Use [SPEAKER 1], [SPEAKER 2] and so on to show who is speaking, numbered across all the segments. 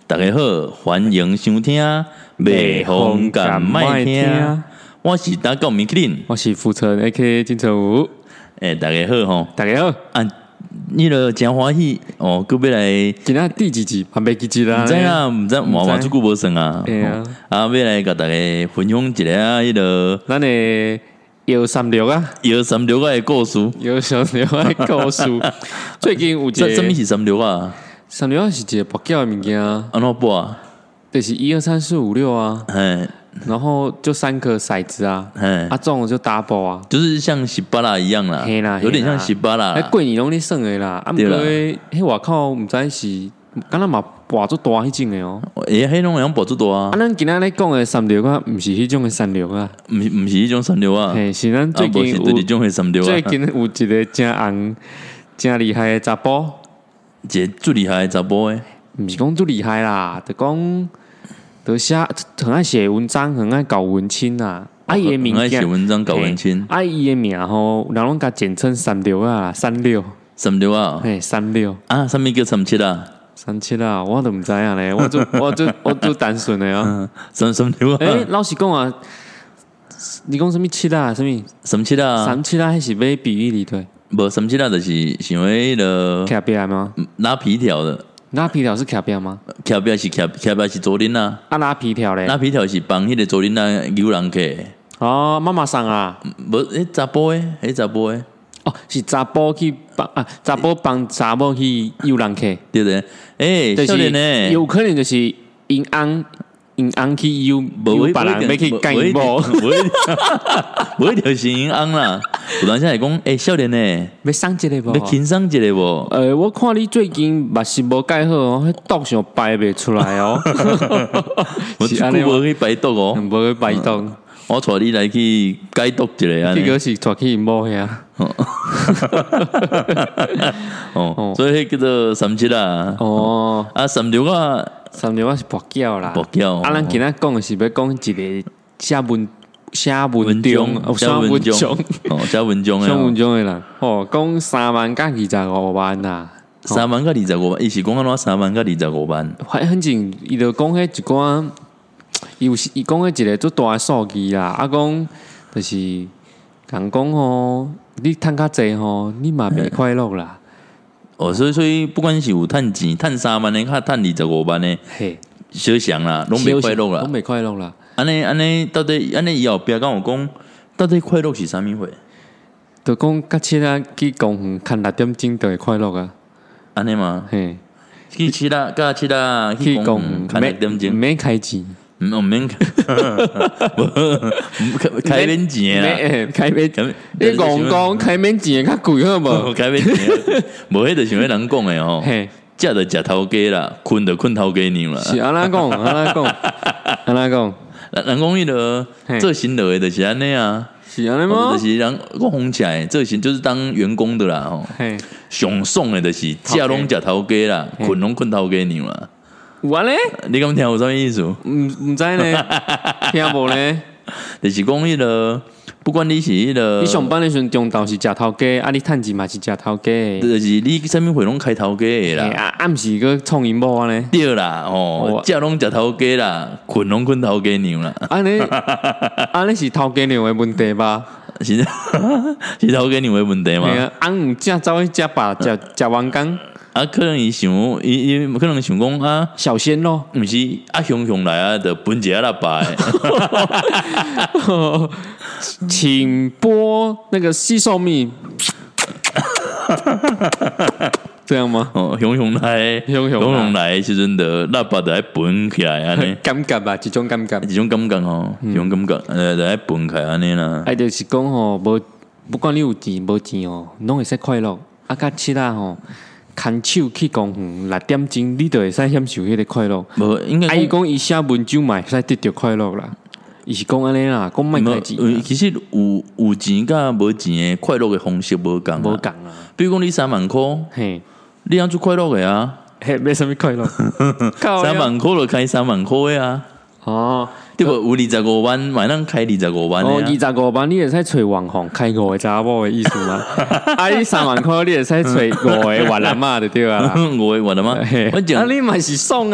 [SPEAKER 1] 大家好，欢迎收听《袂风敢麦听》，我是打狗米克林，
[SPEAKER 2] 我是浮城 AK 金城武。
[SPEAKER 1] 大家好吼，
[SPEAKER 2] 大家好
[SPEAKER 1] 啊，你了真欢喜哦，搁要来，
[SPEAKER 2] 今仔第几集？还没记记啦？
[SPEAKER 1] 唔知啊，唔知换出久无算啊，要来甲大家分享一个啊，迄个
[SPEAKER 2] 咱的摇36啊，
[SPEAKER 1] 摇36个故事，
[SPEAKER 2] 摇36个故事。最近有一个，
[SPEAKER 1] 什么是36啊
[SPEAKER 2] ？36啊是一个博缴的物件啊，
[SPEAKER 1] 安怎播啊？
[SPEAKER 2] 就是1、2、3、4、5、6啊，
[SPEAKER 1] 嘿，
[SPEAKER 2] 然后就3颗骰子啊，
[SPEAKER 1] 嘿，
[SPEAKER 2] 中了就 double 啊，
[SPEAKER 1] 就是像十巴拉一样啦，
[SPEAKER 2] 嘿啦，
[SPEAKER 1] 有点像十巴拉啦。
[SPEAKER 2] 贵你拢你算的啦，啊，毋过迄外口毋知是，敢若嘛博足大迄种的哦。
[SPEAKER 1] 迄种样博足大啊。
[SPEAKER 2] 咱今仔咧讲的36啊，毋是迄种的36啊，
[SPEAKER 1] 毋是迄種36啊。
[SPEAKER 2] 嘿，是咱最近有
[SPEAKER 1] 這種的36啊。
[SPEAKER 2] 最近有一個真紅、真厲害的查甫，
[SPEAKER 1] 一個最厲害的查甫誒，
[SPEAKER 2] 毋是講最厲害啦，就講就寫很愛寫文章，很愛搞文青啦。伊的名
[SPEAKER 1] 很愛寫文章搞文青。
[SPEAKER 2] 伊的名吼，人攏甲簡稱36啊，36。
[SPEAKER 1] 36啊？
[SPEAKER 2] 嘿，36
[SPEAKER 1] 啊，啥物叫37啊
[SPEAKER 2] ？37啊，我都毋知影咧，我就單純的哦。
[SPEAKER 1] 36啊？
[SPEAKER 2] 老實講啊，你講什麼7啊？什麼
[SPEAKER 1] 37啊
[SPEAKER 2] ？37啊，迄是要比喻你對？
[SPEAKER 1] 無37啊，就是想迄個
[SPEAKER 2] 徛壁嗎？
[SPEAKER 1] 拉皮條的。
[SPEAKER 2] 拉皮條是徛壁嗎？
[SPEAKER 1] 徛壁是左鄰啊。
[SPEAKER 2] 啊，拉皮條咧？
[SPEAKER 1] 拉皮條是幫迄個左鄰啊牛人客。
[SPEAKER 2] 哦，媽媽桑啊？
[SPEAKER 1] 無，查甫誒，查甫誒。
[SPEAKER 2] 哦，是查甫去幫啊，查甫幫查某去遊人客，
[SPEAKER 1] 對對。少年呢？
[SPEAKER 2] 有可能就是因翁去遊別人要去幹某，
[SPEAKER 1] 無一條是因翁啦。有當時係講，少年呢？
[SPEAKER 2] 要送一個無？
[SPEAKER 1] 要輕鬆一個無？
[SPEAKER 2] 我看你最近目睭無解好哦，迄毒上排袂出來哦。
[SPEAKER 1] 我久無去排毒哦，
[SPEAKER 2] 無去排毒。
[SPEAKER 1] 我帶你來去解毒一下啊！
[SPEAKER 2] 結果是帶去因某遐。
[SPEAKER 1] 哦，所以叫做37啦。
[SPEAKER 2] 哦，
[SPEAKER 1] 啊36啊
[SPEAKER 2] ，36啊是博繳啦。
[SPEAKER 1] 博繳。
[SPEAKER 2] 啊，咱今仔講的是要講一個寫文章，
[SPEAKER 1] 寫文章
[SPEAKER 2] 的人。哦，講3萬甲25萬啦。
[SPEAKER 1] 3萬甲25萬，伊是講安怎3萬甲25萬？
[SPEAKER 2] 反正伊就講迄一寡。伊講迄一個最大的數據啦，講就是人講吼，你趁較濟吼，你嘛袂快樂啦。
[SPEAKER 1] 哦，所以不管是有趁錢，趁3萬的，較趁25萬的，嘿，小想啦，攏袂快樂啦，
[SPEAKER 2] 攏袂快樂啦。
[SPEAKER 1] 安尼，到底安尼以後別講有講，到底快樂是啥物貨？
[SPEAKER 2] 就講甲七啊去公園看6點鐘就會快樂啊。
[SPEAKER 1] 安尼嘛，
[SPEAKER 2] 嘿，
[SPEAKER 1] 去七啊去公園看6點鐘，
[SPEAKER 2] 免開錢。
[SPEAKER 1] 唔免開免錢啦，
[SPEAKER 2] 開免。你講開免錢較貴好無？
[SPEAKER 1] 開免錢，無迄就像迄人講的吼，食就食頭家啦，困就困頭家娘啦。
[SPEAKER 2] 是安怎講？人
[SPEAKER 1] 講迄個做新落的就是安尼啊，
[SPEAKER 2] 是安尼嗎？
[SPEAKER 1] 就是人講紅起來做新就是當員工的啦吼，上爽的就是食攏食頭家啦，困攏困頭家娘啦。
[SPEAKER 2] 有安尼？
[SPEAKER 1] 你敢聽有啥物意思？
[SPEAKER 2] 唔知呢，聽無呢。
[SPEAKER 1] 就是講迄個，不管你是迄個，
[SPEAKER 2] 你上班的時陣中晝是食頭家，啊你趁錢嘛是食頭家，
[SPEAKER 1] 就是你啥物會攏開頭家的啦。
[SPEAKER 2] 啊毋是個創因某安尼。
[SPEAKER 1] 對啦，哦，食攏食頭家啦，困攏困頭家娘啦。
[SPEAKER 2] 安尼是頭家娘的問題吧？
[SPEAKER 1] 是頭家娘的問題嘛？
[SPEAKER 2] 係啊，翁唔食走去食飽，食完工。
[SPEAKER 1] 啊，可能伊可能想講啊，
[SPEAKER 2] 小鮮咯，
[SPEAKER 1] 毋是啊，熊來啊，就分一下啦吧。
[SPEAKER 2] 請播那個吸收蜜，這樣嗎？
[SPEAKER 1] 哦，熊來的時陣就喇叭就愛分起來安尼，
[SPEAKER 2] 感覺吧，一種感覺
[SPEAKER 1] 吼，一種感覺，就愛分開安尼啦。
[SPEAKER 2] 哎，就是講吼，不管你有錢無錢哦，攏會使快樂。啊，甲七啊吼。牽手去公園6點鐘，你就會使享受迄個快樂。
[SPEAKER 1] 無應該
[SPEAKER 2] 伊講伊寫文章嘛，會使得到快樂啦。伊是講安尼啦，講賣開錢。
[SPEAKER 1] 其實有錢甲無錢的快樂的方式無共。無
[SPEAKER 2] 共啊。
[SPEAKER 1] 比如講你3萬塊，嘿，你安做快樂的啊？
[SPEAKER 2] 嘿，沒什麼快樂。
[SPEAKER 1] 3萬塊就開3萬塊的啊。哦。對不？有25萬，買咱開25萬的啊。
[SPEAKER 2] 哦，25萬你會使找網紅開5個查某的意思嗎？啊，你3萬塊你會使找5個越南嘛就對啊啦。
[SPEAKER 1] 5個越南嘛，
[SPEAKER 2] 啊，你嘛是爽啊！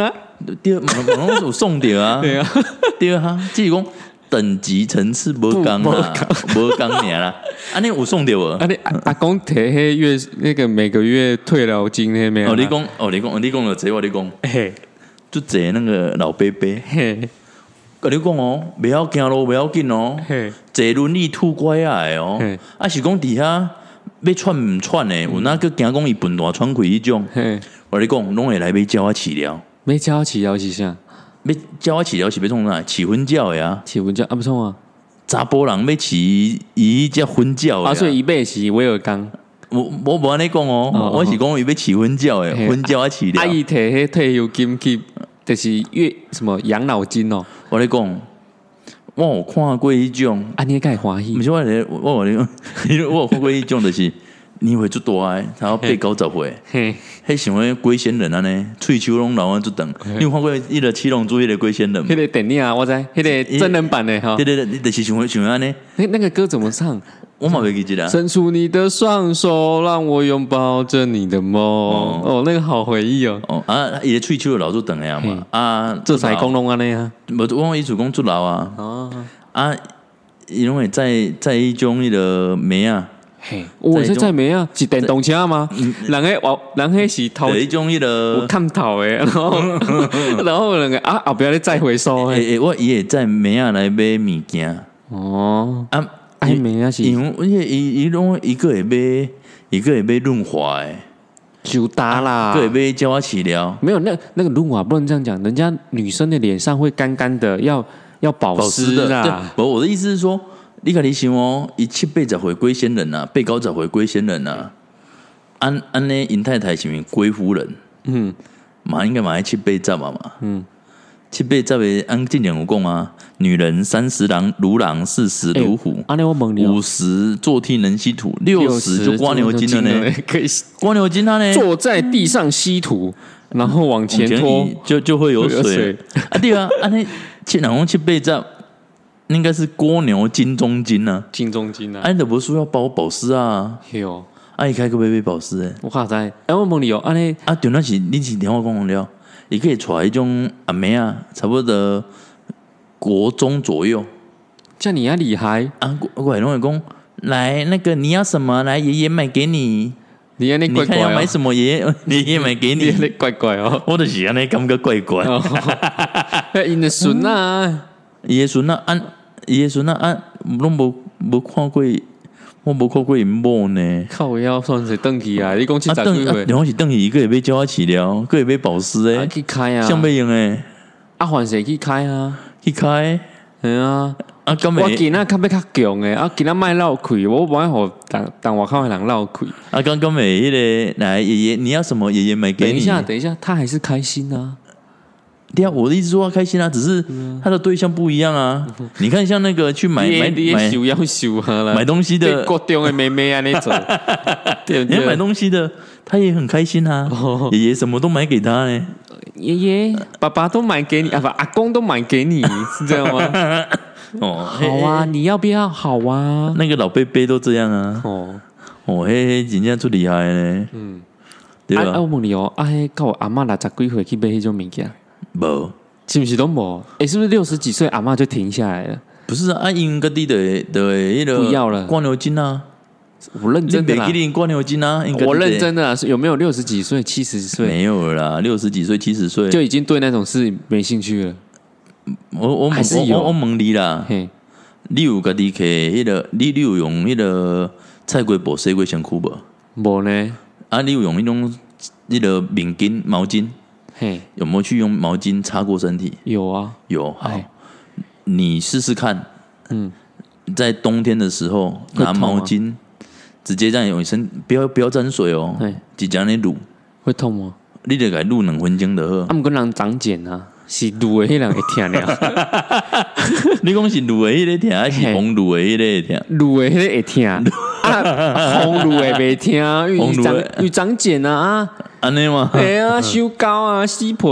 [SPEAKER 1] 对，马龙有送掉啊，
[SPEAKER 2] 对啊，
[SPEAKER 1] 对啊，即是讲等级层次无共啦，无共尔啦，安尼有送掉无？
[SPEAKER 2] 啊，你阿公摕迄月那个每个月退疗金迄没有？
[SPEAKER 1] 哦，你讲了这我你讲，
[SPEAKER 2] 嘿，
[SPEAKER 1] 就坐那个老伯伯，
[SPEAKER 2] 嘿，
[SPEAKER 1] 跟你讲哦，不要行路，不要紧哦，坐轮椅拄拐仔哦，啊是讲底下要喘唔喘的，有哪个惊讲伊笨大喘气迄种，我你讲拢会来要教我饲疗，
[SPEAKER 2] 要教我饲疗是啥？
[SPEAKER 1] 要教我饲疗是要创啥？饲婚教的啊，
[SPEAKER 2] 饲婚教啊不创啊，
[SPEAKER 1] 查甫人要饲伊只婚教的
[SPEAKER 2] 啊，所以伊买是威尔刚。
[SPEAKER 1] 我无安尼讲哦，我是讲伊要饲婚教的，婚教啊饲疗。
[SPEAKER 2] 阿姨摕迄退休金去，就是什么养老金哦。
[SPEAKER 1] 我咧讲，我有看过迄种，
[SPEAKER 2] 啊，你该欢喜。
[SPEAKER 1] 毋是我有看过迄种，就是年岁足大诶，然后80-90岁，迄想迄龟仙人安尼，喙鬚拢老啊足长。你有看过迄个七龙珠迄个龟仙人？
[SPEAKER 2] 迄个电影啊，我知，迄个真人版的哈。
[SPEAKER 1] 对，你就是想安尼。
[SPEAKER 2] 那个歌怎么唱？
[SPEAKER 1] 我嘛袂记得啦。
[SPEAKER 2] 伸出你的双手，让我拥抱着你的梦。哦，那个好回忆哦。
[SPEAKER 1] 哦啊，伊的喙鬚老足长诶嘛。啊，
[SPEAKER 2] 这才公龙安尼啊。
[SPEAKER 1] 无，我意思讲足老啊。哦。啊，伊拢会在迄种迄个妹啊。
[SPEAKER 2] 嘿，我是在没啊，是电动车吗？人迄是头
[SPEAKER 1] 一种迄个
[SPEAKER 2] 有看头诶，然后那个啊后边咧再回收诶。
[SPEAKER 1] 我伊会在妹啊来买物件。
[SPEAKER 2] 哦，啊。爱美啊是，
[SPEAKER 1] 因为伊拢一个会买润滑诶，
[SPEAKER 2] 就大啦，
[SPEAKER 1] 个会买教我饲疗。
[SPEAKER 2] 没有那个润滑不能这样讲，人家女生的脸上会干干的，要保湿的。
[SPEAKER 1] 对，我的意思是说，你看你想哦，伊70-80岁龟仙人啊，80-90岁龟仙人啊，安尼尹太太是毋是龟夫人？嘛应该嘛7-80嘛。7-80的按正常有讲啊，女人30如狼，40如虎。
[SPEAKER 2] 安尼我问你
[SPEAKER 1] ，50坐地能吸土，60就刮牛筋了呢。
[SPEAKER 2] 可以
[SPEAKER 1] 刮牛筋他呢，
[SPEAKER 2] 坐在地上吸土，然后往前拖，
[SPEAKER 1] 就会有水。啊对啊，安尼人讲7-80，应该是蜗牛筋中筋啊，
[SPEAKER 2] 筋中筋啊。
[SPEAKER 1] 安德不是说要保湿啊？
[SPEAKER 2] 有，
[SPEAKER 1] 啊，伊开个买保湿诶。
[SPEAKER 2] 我卡在，我问你哦，安尼
[SPEAKER 1] 啊，对，那是你是电话讲了。你可以带一种阿妹啊，差不多国中左右，
[SPEAKER 2] 像你也厉害
[SPEAKER 1] 啊！我还会讲，来那个你要什么？来爷爷买给你。
[SPEAKER 2] 你看你怪怪
[SPEAKER 1] 要买什么？爷爷买给你。
[SPEAKER 2] 你怪怪哦，
[SPEAKER 1] 我就是安尼感觉怪怪。
[SPEAKER 2] 因的孙啊，
[SPEAKER 1] 伊的孙啊，伊的孙啊，拢无看过。我无看过因某呢，
[SPEAKER 2] 靠腰算是登去啊！你讲70几岁，
[SPEAKER 1] 然后是登去一个会要教我饲疗，个会要保湿诶，
[SPEAKER 2] 去开啊，
[SPEAKER 1] 想要用诶，
[SPEAKER 2] 啊，换谁去开啊？
[SPEAKER 1] 去开，
[SPEAKER 2] 系啊，
[SPEAKER 1] 啊，
[SPEAKER 2] 我今仔较要较强诶，啊，今仔卖闹亏，我不爱互当外口的人闹亏。
[SPEAKER 1] 啊，刚刚美迄个来爷爷，你要什么？爷爷买给你。
[SPEAKER 2] 等一下，他还是开心啊。
[SPEAKER 1] 对啊，我的意思说他开心啊，只是他的对象不一样啊。你看，像那个去买买东西的
[SPEAKER 2] 国中的妹妹啊那种，
[SPEAKER 1] 你要买东西的，他也很开心啊。爷爷什么都买给他呢，
[SPEAKER 2] 爷爷、爸爸都买给你啊，不，阿公都买给你，是这样吗？哦，好啊，你要不要？好啊，
[SPEAKER 1] 那个老贝贝都这样啊。嘿，真正出厉害呢。对吧？
[SPEAKER 2] 我问你哦，嘿，到阿嬷60几岁去买迄种物件。
[SPEAKER 1] 无，
[SPEAKER 2] 是不是都无？是不是60几岁阿嬷就停下来了？
[SPEAKER 1] 不是啊，因各地的迄个
[SPEAKER 2] 不要了，
[SPEAKER 1] 刮牛筋啊！
[SPEAKER 2] 我认真的啦，
[SPEAKER 1] 刮牛筋啊！
[SPEAKER 2] 我认真的啦，有没有60几岁、70岁？
[SPEAKER 1] 没有啦，60几岁、70岁
[SPEAKER 2] 就已经对那种事没兴趣了。
[SPEAKER 1] 我
[SPEAKER 2] 还是有，
[SPEAKER 1] 我问你啦，你有家己摕迄个，你有用迄个菜龟布洗过身躯无？
[SPEAKER 2] 无呢？
[SPEAKER 1] 啊，你有用迄种那个面巾、毛巾？有没有去用毛巾擦过身体？
[SPEAKER 2] 有啊，
[SPEAKER 1] 有。好，你试试看。在冬天的时候拿毛巾直接这样用身，不要沾水哦，直接那撸。
[SPEAKER 2] 会痛吗？
[SPEAKER 1] 你得给撸2分钟就好。
[SPEAKER 2] 不过人长茧啊，是撸的迄人会痛了。
[SPEAKER 1] 你讲是撸的迄个痛，还是红撸的迄个会痛？
[SPEAKER 2] 撸的迄个会痛，红撸的袂痛，因为长茧啊。
[SPEAKER 1] 安尼吗？
[SPEAKER 2] 哎呀，修高啊，洗皮，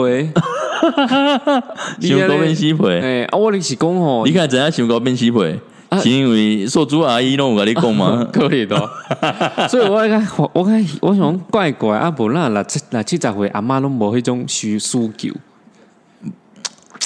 [SPEAKER 1] 修高变洗皮。
[SPEAKER 2] 我就是讲吼，
[SPEAKER 1] 你看怎样修高变洗皮？是因为寿珠阿姨拢有跟你讲吗？
[SPEAKER 2] 可以的。所以我想怪怪啊，无那70岁阿嬷拢无迄种需求。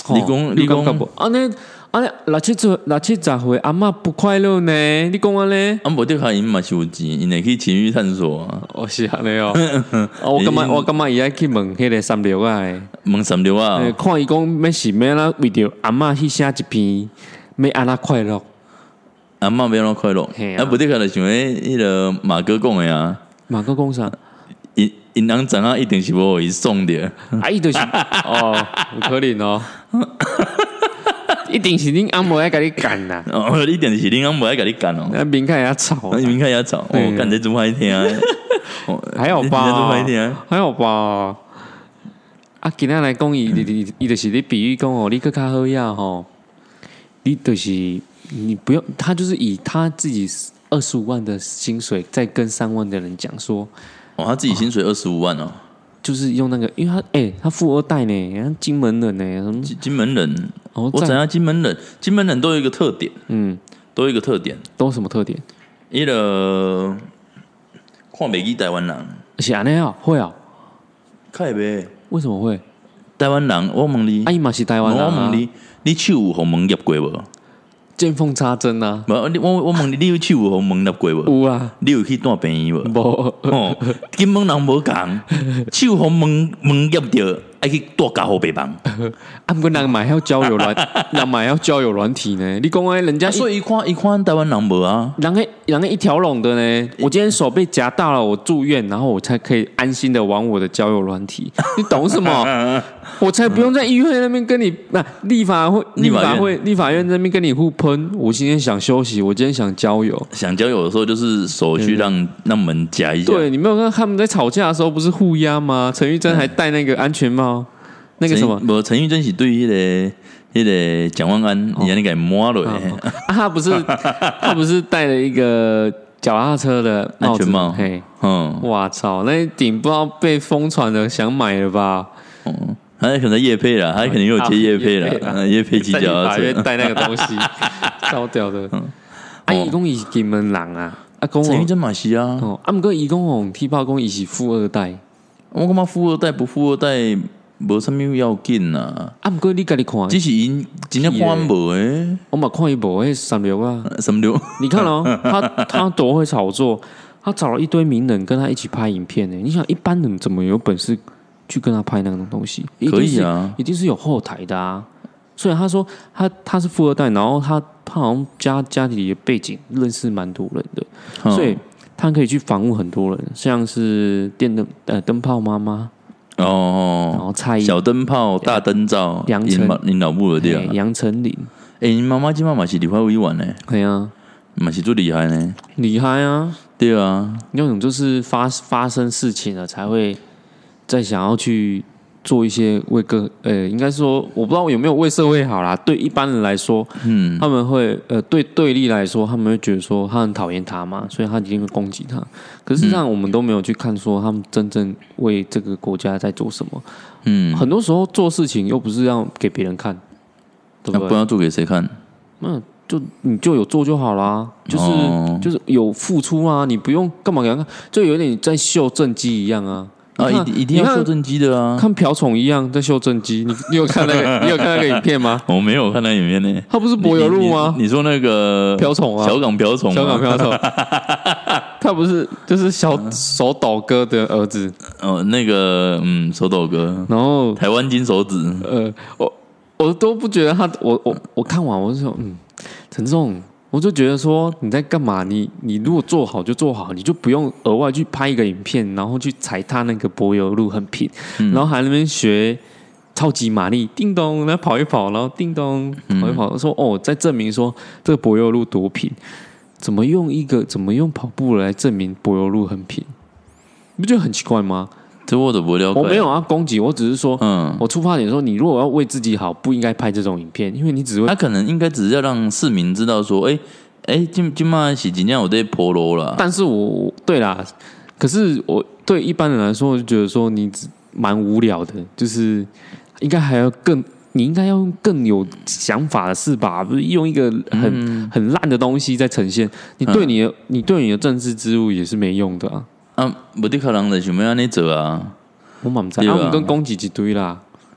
[SPEAKER 1] 你讲
[SPEAKER 2] 安尼六七十岁阿嬷不快乐呢？你讲安尼？
[SPEAKER 1] 啊，无得卡因嘛是有钱，因会去情欲探索啊。
[SPEAKER 2] 哦，是安尼哦。我感觉伊爱去问迄个三六啊，
[SPEAKER 1] 问三六啊，
[SPEAKER 2] 看伊讲要是要啦，为着阿嬷去写一篇，要安那快乐。
[SPEAKER 1] 阿嬷要安怎快乐？啊，无得卡就想迄个马哥讲的啊。
[SPEAKER 2] 马哥讲啥？
[SPEAKER 1] 因人知影一定是无互伊送着。
[SPEAKER 2] 啊，伊就是哦，有可能哦。一定是恁阿母爱甲你干啦！
[SPEAKER 1] 哦，一定是恁阿母爱甲你干哦。
[SPEAKER 2] 那明开也吵，
[SPEAKER 1] 明开也吵，哦，干这怎么还听？
[SPEAKER 2] 还好吧？还好吧？啊，今仔来讲伊就是你比喻讲哦，你更较好呀吼，你就是你不用，他就是以他自己25万的薪水，再跟3万的人讲说，
[SPEAKER 1] 哦，他自己薪水25万哦。
[SPEAKER 2] 就是用那个，因为他富二代呢，金门人呢，
[SPEAKER 1] 金门人，我知道金门人都有一个特点，都有一个特点，
[SPEAKER 2] 都什么特点？
[SPEAKER 1] 伊个看袂起台湾人，
[SPEAKER 2] 是安尼啊，会啊，
[SPEAKER 1] 看袂？
[SPEAKER 2] 为什么会？
[SPEAKER 1] 台湾人，我问你，
[SPEAKER 2] 伊嘛是台湾人，
[SPEAKER 1] 我问你手有互门入过无？
[SPEAKER 2] 见缝插针啊！
[SPEAKER 1] 无，我问你，你有手有互门入过无？
[SPEAKER 2] 有啊，
[SPEAKER 1] 你有去带病院无？
[SPEAKER 2] 无。
[SPEAKER 1] 哦，金门人无讲，手互门入着，爱去带家好白房。
[SPEAKER 2] 啊，不过人嘛要交友软体呢。你讲人家，
[SPEAKER 1] 所以一看台湾人无啊，
[SPEAKER 2] 人家一条龙的呢。我今天手被夹到了，我住院，然后我才可以安心的玩我的交友软体。你懂什么？我才不用在医院那边跟你立法院那边跟你互喷。我今天想休息，我今天想交友
[SPEAKER 1] 的时候就是手去让门夹一下。
[SPEAKER 2] 对，你没有看他们在吵架的时候不是互压吗？陈玉珍还戴那个安全帽，那个什么？
[SPEAKER 1] 不，陈玉珍是对那个蒋万安，你那个摸了。
[SPEAKER 2] 他不是戴了一个脚踏车的
[SPEAKER 1] 安全帽？
[SPEAKER 2] 嘿，哇操，那顶不知道被疯传的想买了吧？
[SPEAKER 1] 他可能业配啦，他肯定有接业配啦，业配骑脚踏车，
[SPEAKER 2] 带那个东西，超屌的。伊讲伊是金门人啊，
[SPEAKER 1] 陈玉珍嘛是啊，
[SPEAKER 2] 不过伊讲踢爆讲伊是富二代，
[SPEAKER 1] 我感觉富二代不富二代无啥物要紧啊。
[SPEAKER 2] 不过你家己看，
[SPEAKER 1] 只是因真正看无诶，
[SPEAKER 2] 我嘛看伊无迄36啊
[SPEAKER 1] ，36，
[SPEAKER 2] 你看哦，他多会炒作，他找了一堆名人跟他一起拍影片呢。你想一般人怎么有本事去跟他拍那种东西？
[SPEAKER 1] 可以啊，
[SPEAKER 2] 一定是有后台的啊。所以他说他是富二代，然后他好像家里的背景认识蛮多人的，所以他可以去访问很多人，像是灯泡妈妈哦，然后蔡依
[SPEAKER 1] 小灯泡大灯罩，林老母的对啊，
[SPEAKER 2] 杨丞琳，
[SPEAKER 1] 你妈妈今嘛是立法委员呢？
[SPEAKER 2] 对啊，
[SPEAKER 1] 嘛是最厉害呢，
[SPEAKER 2] 厉害啊，
[SPEAKER 1] 对啊，
[SPEAKER 2] 那种就是发生事情了才会再想要去做一些为应该说我不知道有没有为社会好啦。对一般人来说，他们会对立来说，他们会觉得说他很讨厌他嘛，所以他一定会攻击他。可是事实上，我们都没有去看说他们真正为这个国家在做什么。很多时候做事情又不是要给别人看，对不对？
[SPEAKER 1] 不然要做给谁看？
[SPEAKER 2] 你就有做就好啦，就是有付出啊，你不用干嘛给他看，就有点在秀政绩一样啊。
[SPEAKER 1] 一定要秀正机的啊！
[SPEAKER 2] 看瓢虫一样在秀正机，你有看那个？你有看那个影片吗？
[SPEAKER 1] 我没有看那个影片呢。
[SPEAKER 2] 他不是柏油路吗？
[SPEAKER 1] 你说那个
[SPEAKER 2] 瓢虫啊，
[SPEAKER 1] 小港瓢虫，
[SPEAKER 2] 他不是就是手抖哥的儿子
[SPEAKER 1] 哦，那个手抖哥，
[SPEAKER 2] 然后
[SPEAKER 1] 台湾金手指，
[SPEAKER 2] 我都不觉得他，我看完我就说陈仲。我就觉得说你在干嘛？你如果做好就做好，你就不用额外去拍一个影片，然后去踩他那个柏油路很平，然后还在那边学超级玛丽，叮咚，然后跑一跑，然后叮咚跑一跑，说在证明说这个柏油路多平，怎么用跑步来证明柏油路很平？你不觉得很奇怪吗？
[SPEAKER 1] 这我都不了解。
[SPEAKER 2] 我没有要攻击，我只是说，我出发点说，你如果要为自己好，不应该拍这种影片，因为你只会。
[SPEAKER 1] 他可能应该只是要让市民知道说，今嘛是真正有在坡路啦。
[SPEAKER 2] 但是对啦，可是我对一般人来说，我就觉得说你蛮无聊的，就是应该还要你应该要用更有想法的事吧，不是用一个很烂的东西在呈现。你对你的政治之路也是没用的啊。
[SPEAKER 1] 无得可能的想要安尼做啊！
[SPEAKER 2] 我嘛不知道，我们跟攻击一堆啦。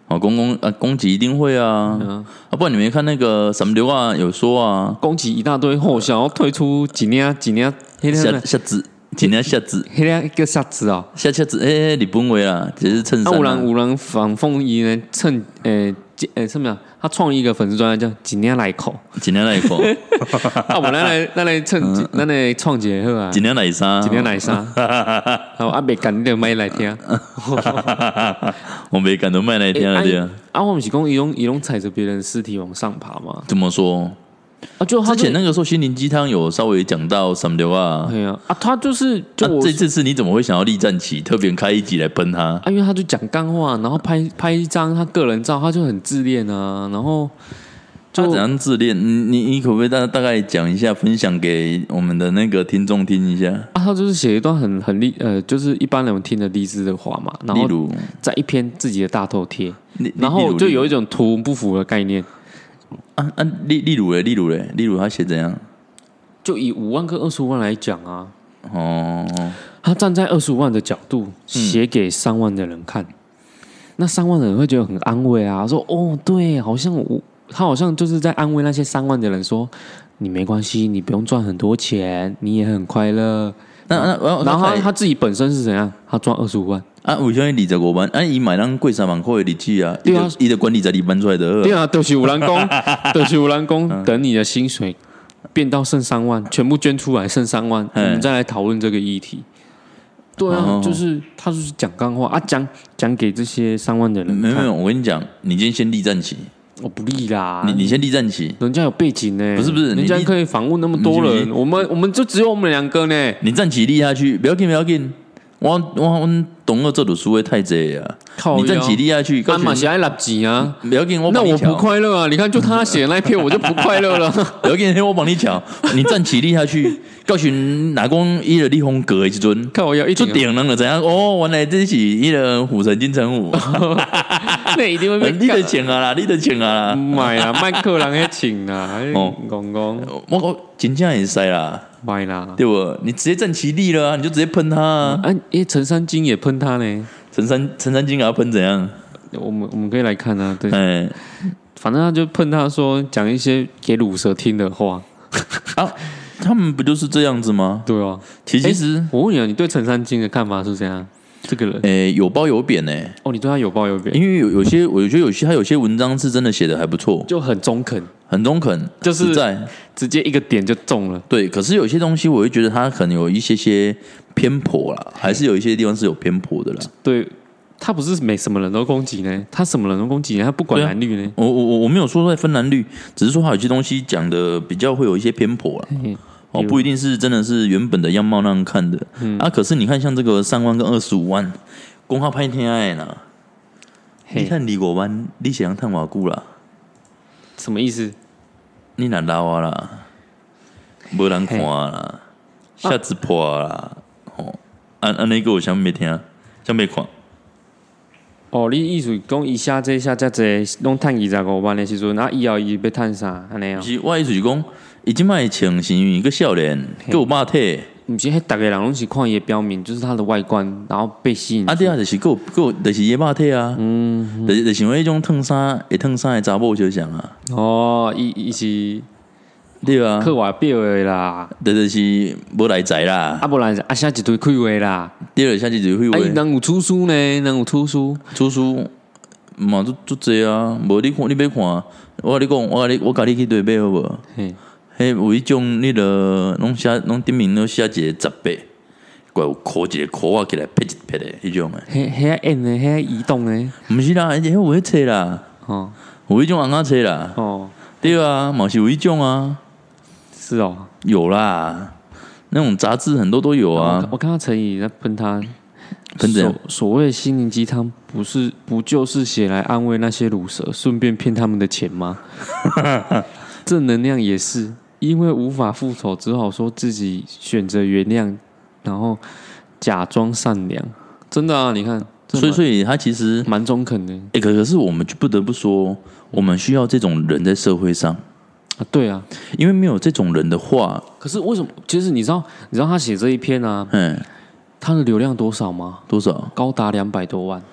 [SPEAKER 1] 攻击一定会啊，不然你没看那个什么流啊，有说啊，
[SPEAKER 2] 攻击一大堆后，想要退出几年，
[SPEAKER 1] 下子。今天下子，
[SPEAKER 2] 迄个叫下子哦，
[SPEAKER 1] 下子，日本话啦，只是衬衫。
[SPEAKER 2] 有人反讽伊呢，什么呀？他创一个粉丝专栏叫“今年来口”，
[SPEAKER 1] 今年来口。
[SPEAKER 2] 我咱来创一个好啊，
[SPEAKER 1] 今年来啥？
[SPEAKER 2] 今年来啥？好啊，袂干你就买来听。
[SPEAKER 1] 我没感都卖来听了对啊。
[SPEAKER 2] 我们是讲伊拢踩着别人尸体往上爬嘛？
[SPEAKER 1] 怎么说？
[SPEAKER 2] 就
[SPEAKER 1] 之前那个时候心灵鸡汤有稍微讲到什么的话，
[SPEAKER 2] 对啊，他就是
[SPEAKER 1] 这次你怎么会想要立战旗，特别开一集来喷他？
[SPEAKER 2] 因为他就讲干话，然后拍一张他个人照，他就很自恋啊，然后
[SPEAKER 1] 他怎样自恋？你可不可以大概讲一下，分享给我们的那个听众听一下？
[SPEAKER 2] 他就是写一段很就是一般人听的励志的话嘛，然后在一篇自己的大头贴，然后就有一种图文不符的概念。
[SPEAKER 1] 例如他写怎样？
[SPEAKER 2] 就以5万跟25万来讲啊，他站在25万的角度写给3万的人看，那3万的人会觉得很安慰啊，说对，他好像就是在安慰那些3万的人说，你没关系，你不用赚很多钱，你也很快乐。然后他自己本身是怎样？他赚25万。
[SPEAKER 1] 为什么25万？伊买咱过3万块的日子啊！对啊，伊的管理在你搬出来的。
[SPEAKER 2] 对啊，就是有人讲，等你的薪水变到剩3万，全部捐出来剩3万，我们再来讨论这个议题。对啊，就是他就是讲干话啊，讲给这些3万的人。
[SPEAKER 1] 没有，我跟你讲，你今天先立战旗。
[SPEAKER 2] 我不立啦，
[SPEAKER 1] 你先立战旗，
[SPEAKER 2] 人家有背景呢。
[SPEAKER 1] 不是，
[SPEAKER 2] 人家可以访问那么多人，我们就只有我们2个呢。
[SPEAKER 1] 你战旗立下去，不要紧。我懂了，这读书会太济啊！你站起立下去，
[SPEAKER 2] 干嘛写来立钱啊？
[SPEAKER 1] 不要紧，
[SPEAKER 2] 那我不快乐啊！你看，就他写的那一篇，我就不快乐了。
[SPEAKER 1] 不要紧，我帮你瞧。你站起立下去，告诉哪讲伊个立风格的时阵，
[SPEAKER 2] 看我要一
[SPEAKER 1] 出点能了怎样？原来这是伊个虎神金城武，
[SPEAKER 2] 那一定会被
[SPEAKER 1] 你得请啊啦，
[SPEAKER 2] 买啦，卖客人去请啦，讲，
[SPEAKER 1] 我真正也塞啦。
[SPEAKER 2] 买啦，
[SPEAKER 1] 对不？你直接站起立了啊，你就直接喷他啊！
[SPEAKER 2] 陈三金也喷他呢。
[SPEAKER 1] 陈三金给他喷怎样？
[SPEAKER 2] 我们可以来看啊，对，反正他就喷他说讲一些给乳蛇听的话
[SPEAKER 1] 啊，他们不就是这样子吗？
[SPEAKER 2] 对啊，
[SPEAKER 1] 其实
[SPEAKER 2] 我问你啊，你对陈三金的看法是怎样？这个人，
[SPEAKER 1] 有褒有贬呢。
[SPEAKER 2] 你对他有褒有贬，
[SPEAKER 1] 因为我觉得他有些文章是真的写的还不错，
[SPEAKER 2] 就很中肯，
[SPEAKER 1] 就是在
[SPEAKER 2] 直接一个点就中了。
[SPEAKER 1] 对，可是有些东西我会觉得他可能有一些偏颇啦，还是有一些地方是有偏颇的啦。
[SPEAKER 2] 对，他不是什么人都攻击呢，他什么人都攻击呢，他不管蓝绿呢。
[SPEAKER 1] 我没有说在分蓝绿，只是说他有些东西讲的比较会有一些偏颇啦。不一定是真的是原本的样貌那样看的可是你看像这个3万跟25万，讲他拍天爱啦，你看25万，你想探偌久啦？
[SPEAKER 2] 什么意思？
[SPEAKER 1] 你若老啊啦，无人看啦，下子破啦，安尼个有啥没听，啥没看？
[SPEAKER 2] 你意思讲伊下这拢趁25万的时阵，以后伊要趁啥？安尼啊？
[SPEAKER 1] 是我意思是讲。伊即摆穿是因为一个少年，够有肉体。
[SPEAKER 2] 不是，迄大个人拢是看伊的表面，就是他的外观，然后被吸引。
[SPEAKER 1] 对啊，就是够，就是伊肉体啊。就是像迄种烫衫的查某就像啊。
[SPEAKER 2] 伊是
[SPEAKER 1] 对啊，
[SPEAKER 2] 课外表的啦。
[SPEAKER 1] 就是无来财啦。
[SPEAKER 2] 无来财，写一堆废话啦。
[SPEAKER 1] 对，写一堆废话。
[SPEAKER 2] 人有出书呢？人有出书
[SPEAKER 1] 嘛足济啊。无你看，你要看，我跟你讲，我甲你去对买好无？有一种迄个拢顶面拢写一个18，怪有箍一个箍啊起来劈一劈的迄种诶。
[SPEAKER 2] 迄演的，迄移动的，
[SPEAKER 1] 毋是啦，迄有迄册啦，有一种红仔册啦。对啊，嘛是有一种啊。
[SPEAKER 2] 是哦，
[SPEAKER 1] 有啦，那种杂志很多都有啊。
[SPEAKER 2] 我看到陈怡在喷他，
[SPEAKER 1] 喷怎样？
[SPEAKER 2] 所谓心灵鸡汤，不就是写来安慰那些乳蛇，顺便骗他们的钱吗？正能量也是。因为无法复仇，只好说自己选择原谅，然后假装善良。真的啊，你看，
[SPEAKER 1] 所以他其实
[SPEAKER 2] 蛮中肯的。
[SPEAKER 1] 可是我们就不得不说，我们需要这种人在社会上
[SPEAKER 2] 啊。对啊，
[SPEAKER 1] 因为没有这种人的话，
[SPEAKER 2] 可是为什么？其实你知道他写这一篇啊，他的流量多少吗？
[SPEAKER 1] 多少？
[SPEAKER 2] 高达200多万。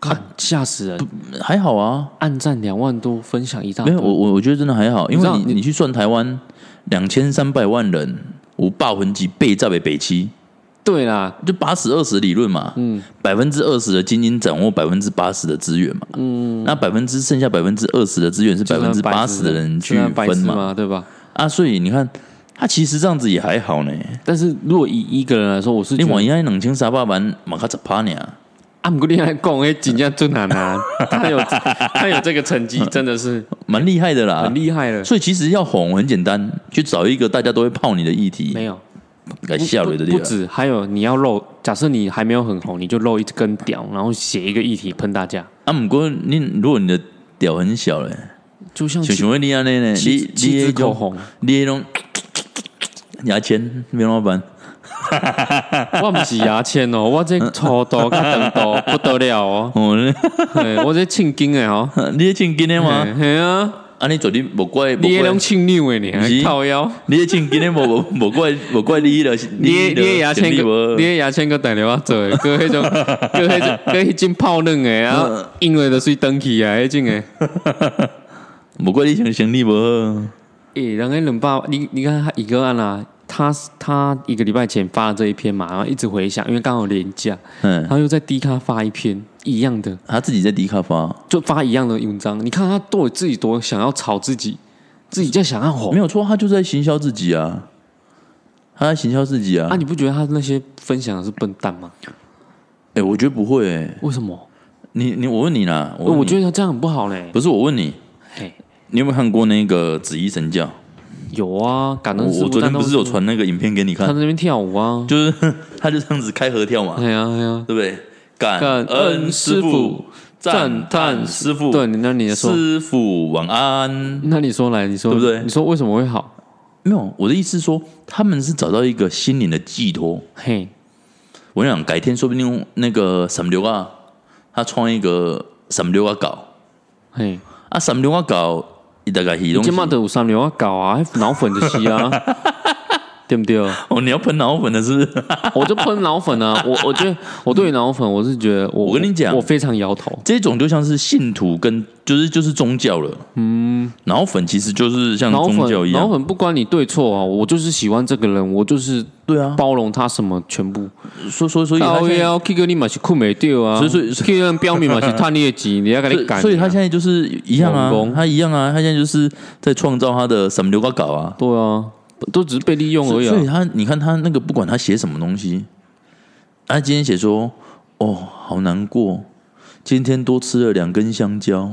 [SPEAKER 2] 看吓死人！
[SPEAKER 1] 还好啊，
[SPEAKER 2] 按赞2万多，分享一大堆。
[SPEAKER 1] 没有我觉得真的还好，因为你去算台湾2300万人，有80%的北七。
[SPEAKER 2] 对啦，
[SPEAKER 1] 就80-20理论嘛，20%的精英掌握80%的资源嘛，那剩下20%的资源是80%的人去分嘛，
[SPEAKER 2] 对吧？
[SPEAKER 1] 啊，所以你看，他其实这样子也还好呢。
[SPEAKER 2] 但是如果以一个人来说，我是
[SPEAKER 1] 你往应该2300万嘛，他10%呢。
[SPEAKER 2] 啊，不过你来讲，真正最难啊，他有这个成绩，真的是
[SPEAKER 1] 蛮厉害的啦，
[SPEAKER 2] 很厉害的。
[SPEAKER 1] 所以其实要红很简单，去找一个大家都会泡你的议题，
[SPEAKER 2] 没有。
[SPEAKER 1] 不
[SPEAKER 2] 止，还有你要露。假设你还没有很红，你就露一根屌，然后写一个议题喷大家。
[SPEAKER 1] 啊，不过如果你的屌很小嘞，
[SPEAKER 2] 就像
[SPEAKER 1] 像你安尼呢，
[SPEAKER 2] 你支口红，
[SPEAKER 1] 你那种牙签，没老板。
[SPEAKER 2] 我不是牙签哦，我这粗度跟长度不得了哦。我这称斤的哦，
[SPEAKER 1] 你这称斤的吗？
[SPEAKER 2] 系啊。
[SPEAKER 1] 啊！你昨天无怪，
[SPEAKER 2] 你那种称扭的呢？靠腰，
[SPEAKER 1] 你这称斤的无怪你了。
[SPEAKER 2] 你的牙签个，你的牙签个大了我做，个迄种，个种泡嫩的，然后因为都水登去啊，迄种的。
[SPEAKER 1] 无怪你生理无好。
[SPEAKER 2] 人家200，你看他一个案啦。他1个礼拜前发了这一篇嘛，然后一直回想，因为刚好连假，然后又在 D 卡发一篇一样的，
[SPEAKER 1] 他自己在 D 卡发，
[SPEAKER 2] 就发一样的文章。你看他对自己多想要炒自己在想要红，
[SPEAKER 1] 没有错，他就在行销自己啊，他在行销自己啊。
[SPEAKER 2] 啊，你不觉得他那些分享的是笨蛋吗？
[SPEAKER 1] 我觉得不会
[SPEAKER 2] 为什么？
[SPEAKER 1] 我问你啦，
[SPEAKER 2] 我觉得他这样很不好嘞。
[SPEAKER 1] 不是我问你，你有没有看过那个紫衣神教？
[SPEAKER 2] 有啊，感恩师傅。
[SPEAKER 1] 我昨天不是有传那个影片给你看？
[SPEAKER 2] 他在那边跳舞啊，
[SPEAKER 1] 就是他就这样子开合跳嘛。
[SPEAKER 2] 对啊，
[SPEAKER 1] 对不对？感恩师傅，赞叹师傅。
[SPEAKER 2] 对，那你说，
[SPEAKER 1] 师傅晚安。
[SPEAKER 2] 那你说来，你说
[SPEAKER 1] 对不对？
[SPEAKER 2] 你说为什么会好？
[SPEAKER 1] 没有，我的意思是说，他们是找到一个心灵的寄托。
[SPEAKER 2] 嘿，
[SPEAKER 1] 我想改天说不定那个三六啊，他创一个三六啊搞。
[SPEAKER 2] 嘿，
[SPEAKER 1] 三六啊搞。你大概
[SPEAKER 2] 今嘛都有3流啊搞啊，脑粉的是啊，对不对？
[SPEAKER 1] 你要喷脑粉的是不是？
[SPEAKER 2] 我就喷脑粉啊！我觉得我对脑粉，我是觉得
[SPEAKER 1] 我跟你讲，
[SPEAKER 2] 我非常摇头。
[SPEAKER 1] 这种就像是信徒跟就是宗教了。脑粉其实就是像宗教一样。
[SPEAKER 2] 脑粉不管你对错啊，我就是喜欢这个人，我就是
[SPEAKER 1] 对啊，
[SPEAKER 2] 包容他什么全部。
[SPEAKER 1] 所以他
[SPEAKER 2] 现在 K 哥你嘛是困没掉啊，
[SPEAKER 1] 所以
[SPEAKER 2] K 哥标明嘛是探你的钱，你要给你赶。
[SPEAKER 1] 所以他现在就是一样啊，他一样啊，他现在就是在创造他的什么流搞啊。
[SPEAKER 2] 对啊，都只是被利用而已。
[SPEAKER 1] 所以你看他那个不管他写什么东西，他今天写说好难过。今天多吃了2根香蕉，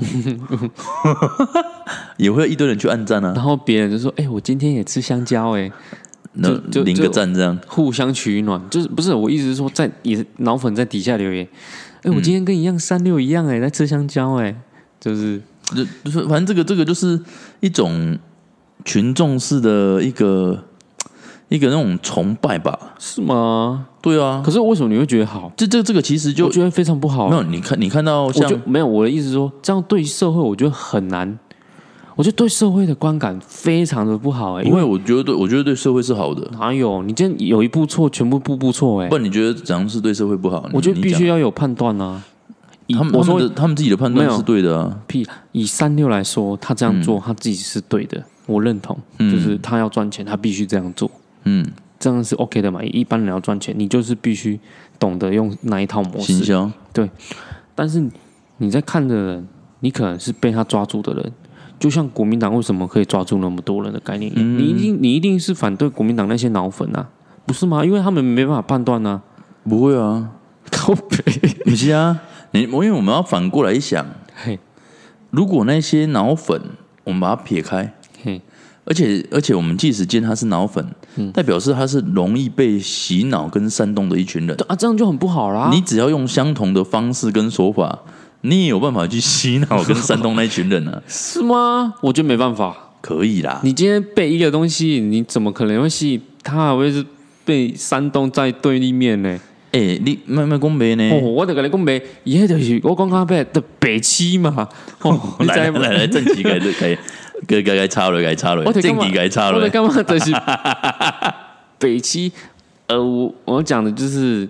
[SPEAKER 1] 也会有一堆人去按赞啊。
[SPEAKER 2] 然后别人就说：“我今天也吃香蕉。”
[SPEAKER 1] 就领个赞这样，
[SPEAKER 2] 互相取暖。就是不是我意思是说，也脑粉在底下留言。我今天跟36一样在吃香蕉就是
[SPEAKER 1] 反正这个就是一种群众式的一个那种崇拜吧？
[SPEAKER 2] 是吗？
[SPEAKER 1] 对啊。
[SPEAKER 2] 可是为什么你会觉得好？
[SPEAKER 1] 这个其实就
[SPEAKER 2] 我觉得非常不好。
[SPEAKER 1] 没有，你看到像
[SPEAKER 2] 没有，我的意思是说，这样对社会我觉得很难。我觉得对社会的观感非常的不好
[SPEAKER 1] 因为我觉得对社会是好的。
[SPEAKER 2] 哪有？你今天有一步错，全部步错
[SPEAKER 1] 不然你觉得怎样是对社会不好？
[SPEAKER 2] 我觉得必须要有判断啊。
[SPEAKER 1] 他们自己的判断是对的啊。
[SPEAKER 2] 以36来说，他这样做他自己是对的，我认同。就是他要赚钱，他必须这样做。这样是 OK 的嘛？一般人要赚钱，你就是必须懂得用那一套模式。
[SPEAKER 1] 行销
[SPEAKER 2] 对，但是你在看的人，你可能是被他抓住的人。就像国民党为什么可以抓住那么多人的概念一样，你一定是反对国民党那些脑粉啊，不是吗？因为他们没办法判断啊。
[SPEAKER 1] 不会啊，
[SPEAKER 2] 靠北，
[SPEAKER 1] 不是啊，因为我们要反过来想，如果那些脑粉我们把它撇开，而且我们即使见他是脑粉，代表是他是容易被洗脑跟煽动的一群人
[SPEAKER 2] 啊，这样就很不好啦。
[SPEAKER 1] 你只要用相同的方式跟手法，你也有办法去洗脑跟煽动那一群人啊？
[SPEAKER 2] 是吗？我觉得没办法。
[SPEAKER 1] 可以啦，
[SPEAKER 2] 你今天被一个东西，你怎么可能会吸引他？还会是被煽动在对立面呢？
[SPEAKER 1] 你慢慢讲白呢？
[SPEAKER 2] 我就跟你讲白，伊迄就是我讲较白的北七嘛。
[SPEAKER 1] 来，正题该插了，正题该插了。
[SPEAKER 2] 我在干嘛？就是北七。我讲的就是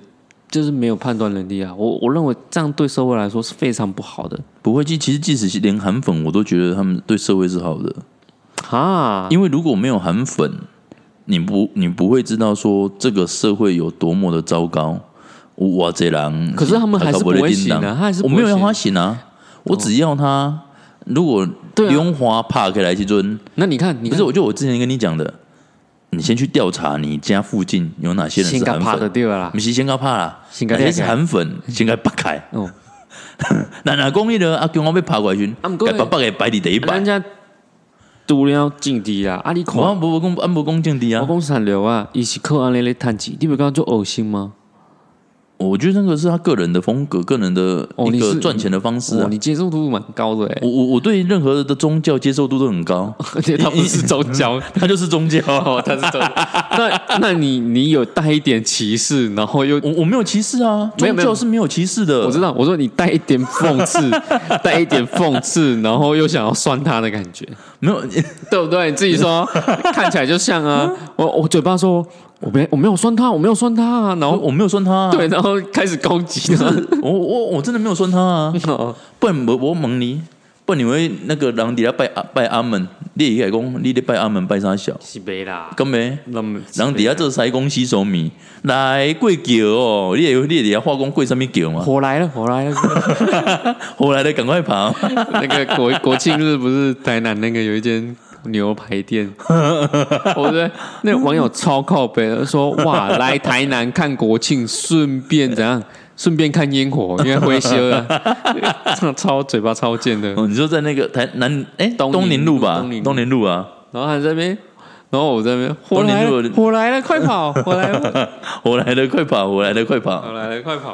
[SPEAKER 2] 就是没有判断能力啊。我认为这样对社会来说是非常不好的。
[SPEAKER 1] 不会，其实即使连韩粉我都觉得他们对社会是好的
[SPEAKER 2] 啊，
[SPEAKER 1] 因为如果没有韩粉，你不会知道说这个社会有多么的糟糕。哇，这人，
[SPEAKER 2] 可是他们还是不会醒啊，他还是
[SPEAKER 1] 我没有要他醒啊，我只要他。如果用花拍开来去尊，
[SPEAKER 2] 那你看，
[SPEAKER 1] 不是我之前跟你讲的，你先去调查你家附近有哪些人是韩粉，
[SPEAKER 2] 对啦，
[SPEAKER 1] 不是先搞拍啦，那是韩粉，先该扒开。哦，那讲迄个阿强我要拍过来去，该把给摆伫第一排。
[SPEAKER 2] 人家除了政治啦，啊你看，
[SPEAKER 1] 我无讲政治啊，
[SPEAKER 2] 我讲产流啊，伊是靠安尼咧趁钱，你不刚做恶心吗？
[SPEAKER 1] 我觉得那个是他个人的风格，个人的一个赚钱的方式啊。
[SPEAKER 2] 你接受度蛮高的哎。
[SPEAKER 1] 我对任何的宗教接受度都很高，
[SPEAKER 2] 而且他不是宗教，
[SPEAKER 1] 他就是宗教，
[SPEAKER 2] 他是宗教。那你有带一点歧视，然后又
[SPEAKER 1] 我没有歧视啊，宗教是没有歧视的。
[SPEAKER 2] 我知道，我说你带一点讽刺，带一点讽刺，然后又想要酸他的感觉，
[SPEAKER 1] 没有
[SPEAKER 2] 对不对？你自己说，看起来就像啊。我嘴巴说。我没有酸他，我没有酸他啊，然后
[SPEAKER 1] 我没有酸他啊，
[SPEAKER 2] 对，然后开始攻击他。
[SPEAKER 1] 我真的没有酸他啊，不然我问你，不然你会那个人底下拜阿门，你也讲你咧拜阿门拜啥小？
[SPEAKER 2] 是没啦，
[SPEAKER 1] 咁没，人底下做西公洗手米来跪桥哦，你底下化工跪上面桥吗？
[SPEAKER 2] 火来了，火来了，
[SPEAKER 1] 赶快跑！
[SPEAKER 2] 那个国庆日不是台南那个有一间。牛排店，我觉得那网友超靠北的说：“哇，来台南看国庆，顺便怎样？顺便看烟火，因为灰修啊，超嘴巴超贱的。”
[SPEAKER 1] 你说在那个台南东宁路吧，东宁路啊，
[SPEAKER 2] 然后他在那边，然后我在那边，火来了，快跑！火来了，
[SPEAKER 1] 火来了，快跑！火来了，快跑！
[SPEAKER 2] 火来了，快跑！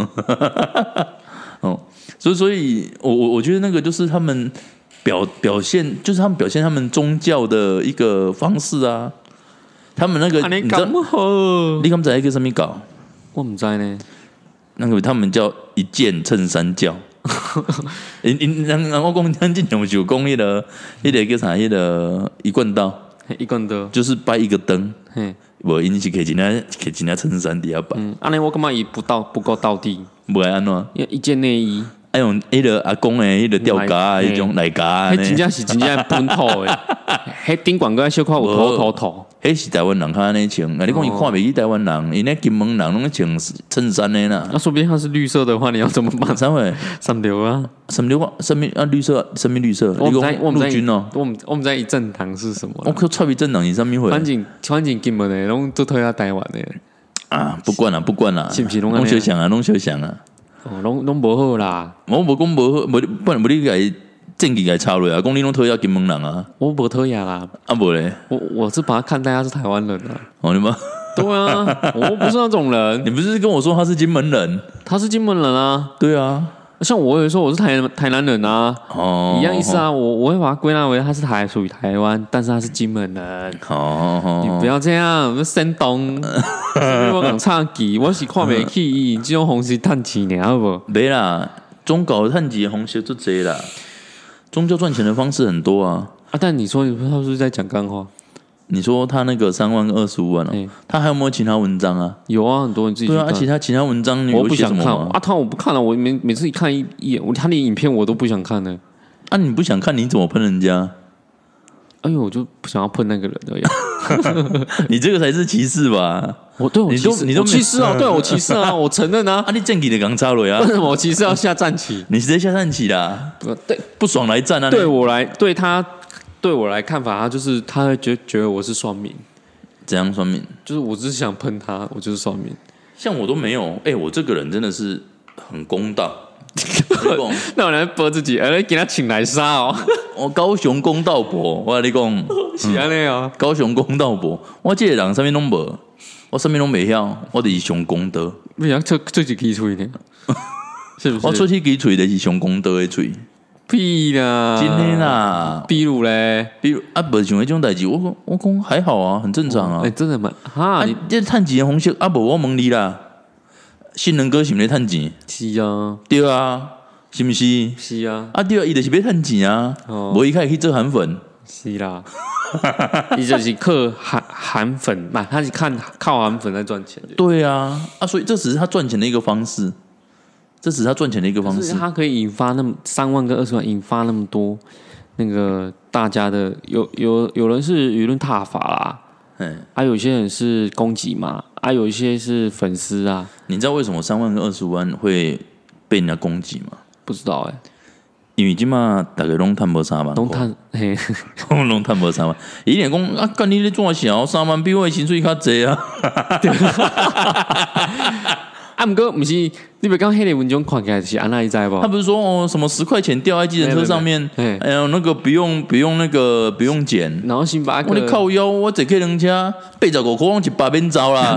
[SPEAKER 1] 哦，所以我觉得那个就是他们。表现就是他们表现他们宗教的一个方式啊，他们那个
[SPEAKER 2] 你知道
[SPEAKER 1] 你刚才一个什么搞？
[SPEAKER 2] 我不知道呢。
[SPEAKER 1] 那个他们叫一件衬衫教。然后讲咱进场就讲那个叫啥？那个一贯道，就是摆一个灯，无因是给人家衬衫底下摆。
[SPEAKER 2] 安尼我感觉伊不够到底，
[SPEAKER 1] 不爱安怎？
[SPEAKER 2] 一件内衣。
[SPEAKER 1] 爱用迄个阿公诶，迄个吊架啊，迄种内架，
[SPEAKER 2] 迄真正本土诶，迄顶管个小可有土，
[SPEAKER 1] 迄是台湾人较安尼穿。你讲伊看袂起台湾人，因那金门人拢穿衬衫诶啦。
[SPEAKER 2] 那说不定他是绿色的话，你要怎么办？
[SPEAKER 1] 啥会？
[SPEAKER 2] 三流啊，
[SPEAKER 1] 什么啊？绿色，什么绿色？你讲陆军哦？
[SPEAKER 2] 我们在一政党是什么？
[SPEAKER 1] 我靠，差别政党是什么会？
[SPEAKER 2] 反正金门诶，拢都推到台湾诶。
[SPEAKER 1] 啊，不管啦，
[SPEAKER 2] 是不是拢
[SPEAKER 1] 小想啊？
[SPEAKER 2] 拢无好啦，
[SPEAKER 1] 我无讲无好，不然你甲政绩甲抄落啊，讲你拢讨厌金门人啊，
[SPEAKER 2] 我无讨厌啦，
[SPEAKER 1] 啊无咧，
[SPEAKER 2] 我是把他看待他是台湾人啊，
[SPEAKER 1] 你吗？
[SPEAKER 2] 对啊，我不是那种人，
[SPEAKER 1] 你不是跟我说他是金门人？
[SPEAKER 2] 他是金门人啊，
[SPEAKER 1] 对啊。
[SPEAKER 2] 像我有说我是台南人啊，一样意思啊。我会把它归纳为他是属于台湾，但是他是金门人。你不要这样，山东，我讲差旗，我是看不起这种方式赚钱，好不？
[SPEAKER 1] 没啦，宗教赚钱的方式就这啦，宗教赚钱的方式很多啊。
[SPEAKER 2] 但你说他是不是在讲干话？
[SPEAKER 1] 你说他那个3万25万哦，他还有没有其他文章啊？
[SPEAKER 2] 有啊，很多人自己去看。
[SPEAKER 1] 对啊，其他文章
[SPEAKER 2] 我不想看啊，我不看了。我每次一看一眼，他连影片我都不想看呢。
[SPEAKER 1] 啊，你不想看，你怎么喷人家？
[SPEAKER 2] 哎呦，我就不想要喷那个人而已。
[SPEAKER 1] 你这个才是歧视吧？
[SPEAKER 2] 我歧视啊！对我歧视啊！我承认啊！
[SPEAKER 1] 啊，你正义的刚插了呀？
[SPEAKER 2] 为什么我歧视要下站旗？
[SPEAKER 1] 你直接下站旗啦！
[SPEAKER 2] 对，
[SPEAKER 1] 不爽来站啊！
[SPEAKER 2] 对我来看法，他会觉得我是双民。
[SPEAKER 1] 怎样双民？
[SPEAKER 2] 就是我只是想喷他，我就是双民。
[SPEAKER 1] 像我都没有，我这个人真的是很公道。
[SPEAKER 2] 那我来播自己，给他请来杀哦！
[SPEAKER 1] 我高雄公道伯，我跟你讲，
[SPEAKER 2] 是安尼啊！
[SPEAKER 1] 高雄公道伯，我这个人啥物拢无，我啥物拢袂晓，我就是上公道。
[SPEAKER 2] 你想出一支嘴呢？是不是？
[SPEAKER 1] 我出去支嘴就是上公道的嘴。
[SPEAKER 2] 屁啦！
[SPEAKER 1] 真的啦，
[SPEAKER 2] 比如
[SPEAKER 1] 啊，不像那种代志，我讲还好啊，很正常啊。
[SPEAKER 2] 真的吗？哈，
[SPEAKER 1] 你这趁钱的方式啊，无我问你啦，新人哥是不是趁钱？
[SPEAKER 2] 是啊，
[SPEAKER 1] 对啊，是不是？
[SPEAKER 2] 是啊，
[SPEAKER 1] 啊对啊，伊就是要趁钱啊，无伊开始去做韩粉。
[SPEAKER 2] 是啦， 你就是韩粉嘛，他是靠韩粉在赚钱的。
[SPEAKER 1] 对啊，所以这只是他赚钱的一个方式，这只是他赚钱的一个方式。
[SPEAKER 2] 他可以引发那么3万跟20万，引发那么多那个大家的有人是舆论挞伐啦，有些人是攻击嘛，有一些是粉丝啊。
[SPEAKER 1] 你知道为什么3万跟20万会被人家攻击吗？
[SPEAKER 2] 不知道
[SPEAKER 1] 因为今嘛大家拢赚无3万，
[SPEAKER 2] 拢赚嘿，
[SPEAKER 1] 拢赚无3万。伊连讲啊，干你咧做小3万比我的薪水较济啊！
[SPEAKER 2] 不过不是，你别讲黑的文章看起来是安那一知不？
[SPEAKER 1] 他不是说什么10块钱掉在计程车上面，那个不用减，
[SPEAKER 2] 然后星巴克，
[SPEAKER 1] 我靠腰，我坐客人车85块，我100免走啦。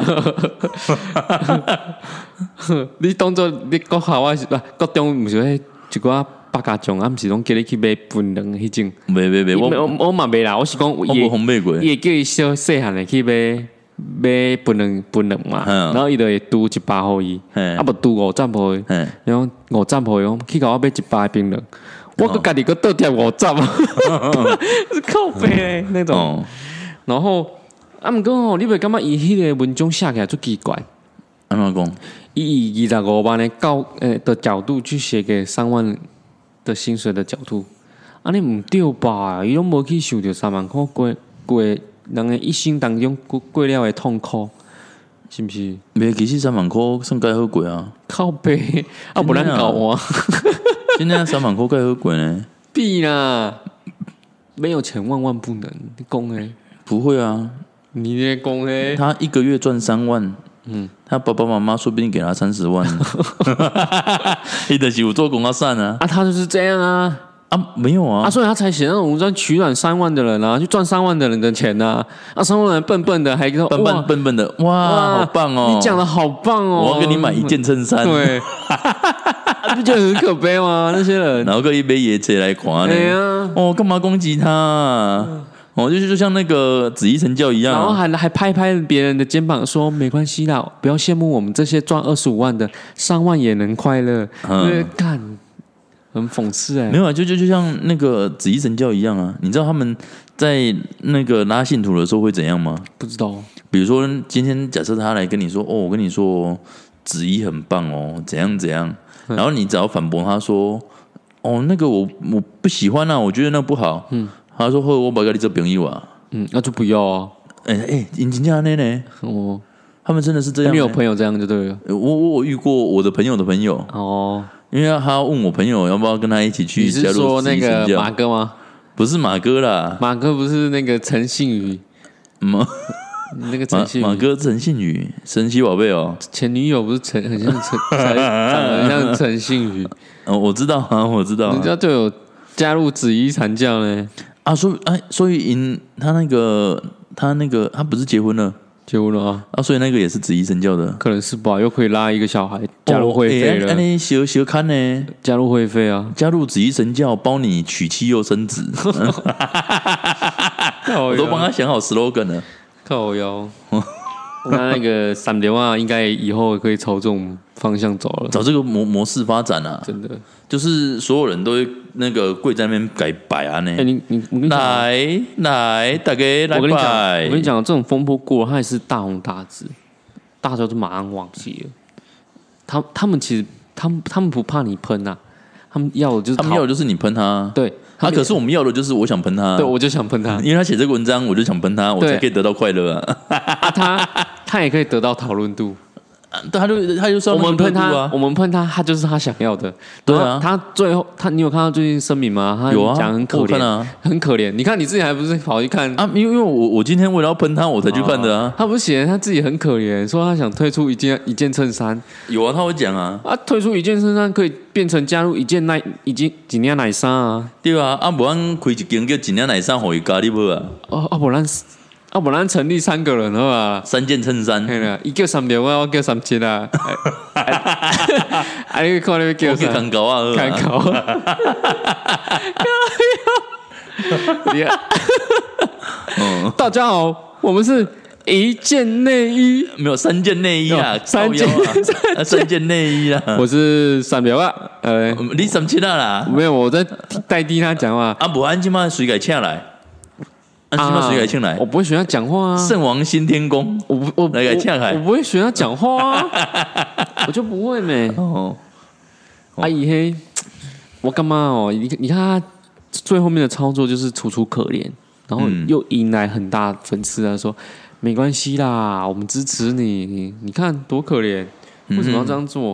[SPEAKER 2] 你当作你国校我是国中不是迄一个百家将，不是拢叫你去买槟榔迄种？
[SPEAKER 1] 没，
[SPEAKER 2] 我嘛没啦，我是讲
[SPEAKER 1] 我无红买过，
[SPEAKER 2] 伊会叫伊小细汉的去买槟榔嘛，然后伊就会拄100互伊，不拄50互伊，然后50互伊，去甲我买100的槟榔，我个家己个倒贴50，是靠背那种。然后毋过你袂感觉伊迄个文章写起来足奇怪？
[SPEAKER 1] 安怎讲？
[SPEAKER 2] 伊以25万的角度去写给3万的薪水的角度，安尼唔对吧？伊拢无去受着3万块过人的一生当中过了的痛苦，是不是？
[SPEAKER 1] 没，其实3万块算介好过啊！
[SPEAKER 2] 靠背不然搞我。
[SPEAKER 1] 现在3万块介好过呢？
[SPEAKER 2] 屁啦！没有钱万万不能，你讲
[SPEAKER 1] 不会啊，
[SPEAKER 2] 你咧讲
[SPEAKER 1] 他1个月赚3万。他爸爸妈妈说不定给他30万，你的是有做工要散啊！
[SPEAKER 2] 他就是这样啊！
[SPEAKER 1] 没有啊！
[SPEAKER 2] 所以他才写那种文章取暖3万的人啊，去赚3万的人的钱啊！3万人笨笨的，还说
[SPEAKER 1] 笨的，哇，好棒哦！
[SPEAKER 2] 你讲的好棒哦！
[SPEAKER 1] 我要给你买1件衬衫，
[SPEAKER 2] 对，不觉得很可悲吗？那些人，
[SPEAKER 1] 然后个一杯椰子来夸呢，干嘛攻击他？就像那个紫衣神教一样，
[SPEAKER 2] 然后还拍别人的肩膀说没关系啦，不要羡慕我们这些赚25万的，3万也能快乐。干，很讽刺
[SPEAKER 1] 没有啊，就像那个紫衣神教一样啊。你知道他们在那个拉信徒的时候会怎样吗？
[SPEAKER 2] 不知道。
[SPEAKER 1] 比如说今天假设他来跟你说，我跟你说紫衣很棒哦，怎样，然后你只要反驳他说，那个我不喜欢啊，我觉得那不好。他说：“我不跟你做朋友啊。”
[SPEAKER 2] 那就不要啊。
[SPEAKER 1] 引进家那呢？他们真的是这样。
[SPEAKER 2] 你有朋友这样就对了。
[SPEAKER 1] 我遇过我的朋友的朋友因为他问我朋友要不要跟他一起去加入。
[SPEAKER 2] 你是说那个马哥吗？
[SPEAKER 1] 不是马哥啦，
[SPEAKER 2] 马哥不是那个陈信宇那个陈信宇，
[SPEAKER 1] 马哥陈信宇，神奇宝贝哦。
[SPEAKER 2] 前女友不是很像长得很像陈信宇。
[SPEAKER 1] 我知道啊，我知道。
[SPEAKER 2] 人家就有加入紫衣禅教呢。
[SPEAKER 1] 所以他那个他不是结婚了啊，所以那个也是紫衣神教的，
[SPEAKER 2] 可能是吧？又可以拉一个小孩加入会费了，
[SPEAKER 1] 你小看呢，
[SPEAKER 2] 加入会费啊，
[SPEAKER 1] 加入紫衣神教，包你娶妻又生子，我都帮他想好 slogan 了，
[SPEAKER 2] 靠腰。那个闪流啊，应该以后可以朝这种方向走了，
[SPEAKER 1] 找这个模式发展啊，
[SPEAKER 2] 真的，
[SPEAKER 1] 就是所有人都会那个跪在那边摆啊呢。来，大家来摆。
[SPEAKER 2] 我跟你讲，这种风波过了，它也是大红大紫，大家就马上忘记了。他们其实他们不怕你喷啊，他们要的就是你喷他，
[SPEAKER 1] 对。可是我们要的就是我想喷他，
[SPEAKER 2] 对，我就想喷他，
[SPEAKER 1] 因为他写这个文章，我就想喷他，我才可以得到快乐
[SPEAKER 2] 啊。他也可以得到讨论度，
[SPEAKER 1] 他就是
[SPEAKER 2] 我们喷他，他就是他想要的。
[SPEAKER 1] 对啊，
[SPEAKER 2] 他最后你有看到最近声明吗？他讲很可怜，很可怜。你看你自己还不是跑去看
[SPEAKER 1] 啊？因为我今天为了要喷他，我才去看的啊。
[SPEAKER 2] 他不是写他自己很可怜，说他想退出一件衬衫。
[SPEAKER 1] 有啊，他会讲啊。
[SPEAKER 2] 退出一件衬衫可以变成加入一件几件奶衫啊。
[SPEAKER 1] 对啊，不然开一间叫几件奶衫给伊加你不啊？
[SPEAKER 2] 不然成立3个人好吧
[SPEAKER 1] ？3件衬衫，
[SPEAKER 2] 伊叫36啊，我叫37啊。你看你叫啥？
[SPEAKER 1] 看高啊，
[SPEAKER 2] 看高。大家好，我们是1件内衣，
[SPEAKER 1] 没有3件内衣啊，3件内衣啊。
[SPEAKER 2] 我是36啊，
[SPEAKER 1] 你37啦？
[SPEAKER 2] 没有，我在代替他讲话。
[SPEAKER 1] 不然今晚谁给请来？ 安心把谁给请来？
[SPEAKER 2] 我不会选他讲话啊，
[SPEAKER 1] 圣王新天宫，
[SPEAKER 2] 我
[SPEAKER 1] 来给呛海，
[SPEAKER 2] 我不会选他讲话啊，我就不会咩。阿姨嘿，我干嘛哦？你看他最后面的操作就是楚楚可怜，然后又迎来很大粉丝啊，说没关系啦，我们支持你，你看多可怜，为什么要这样做？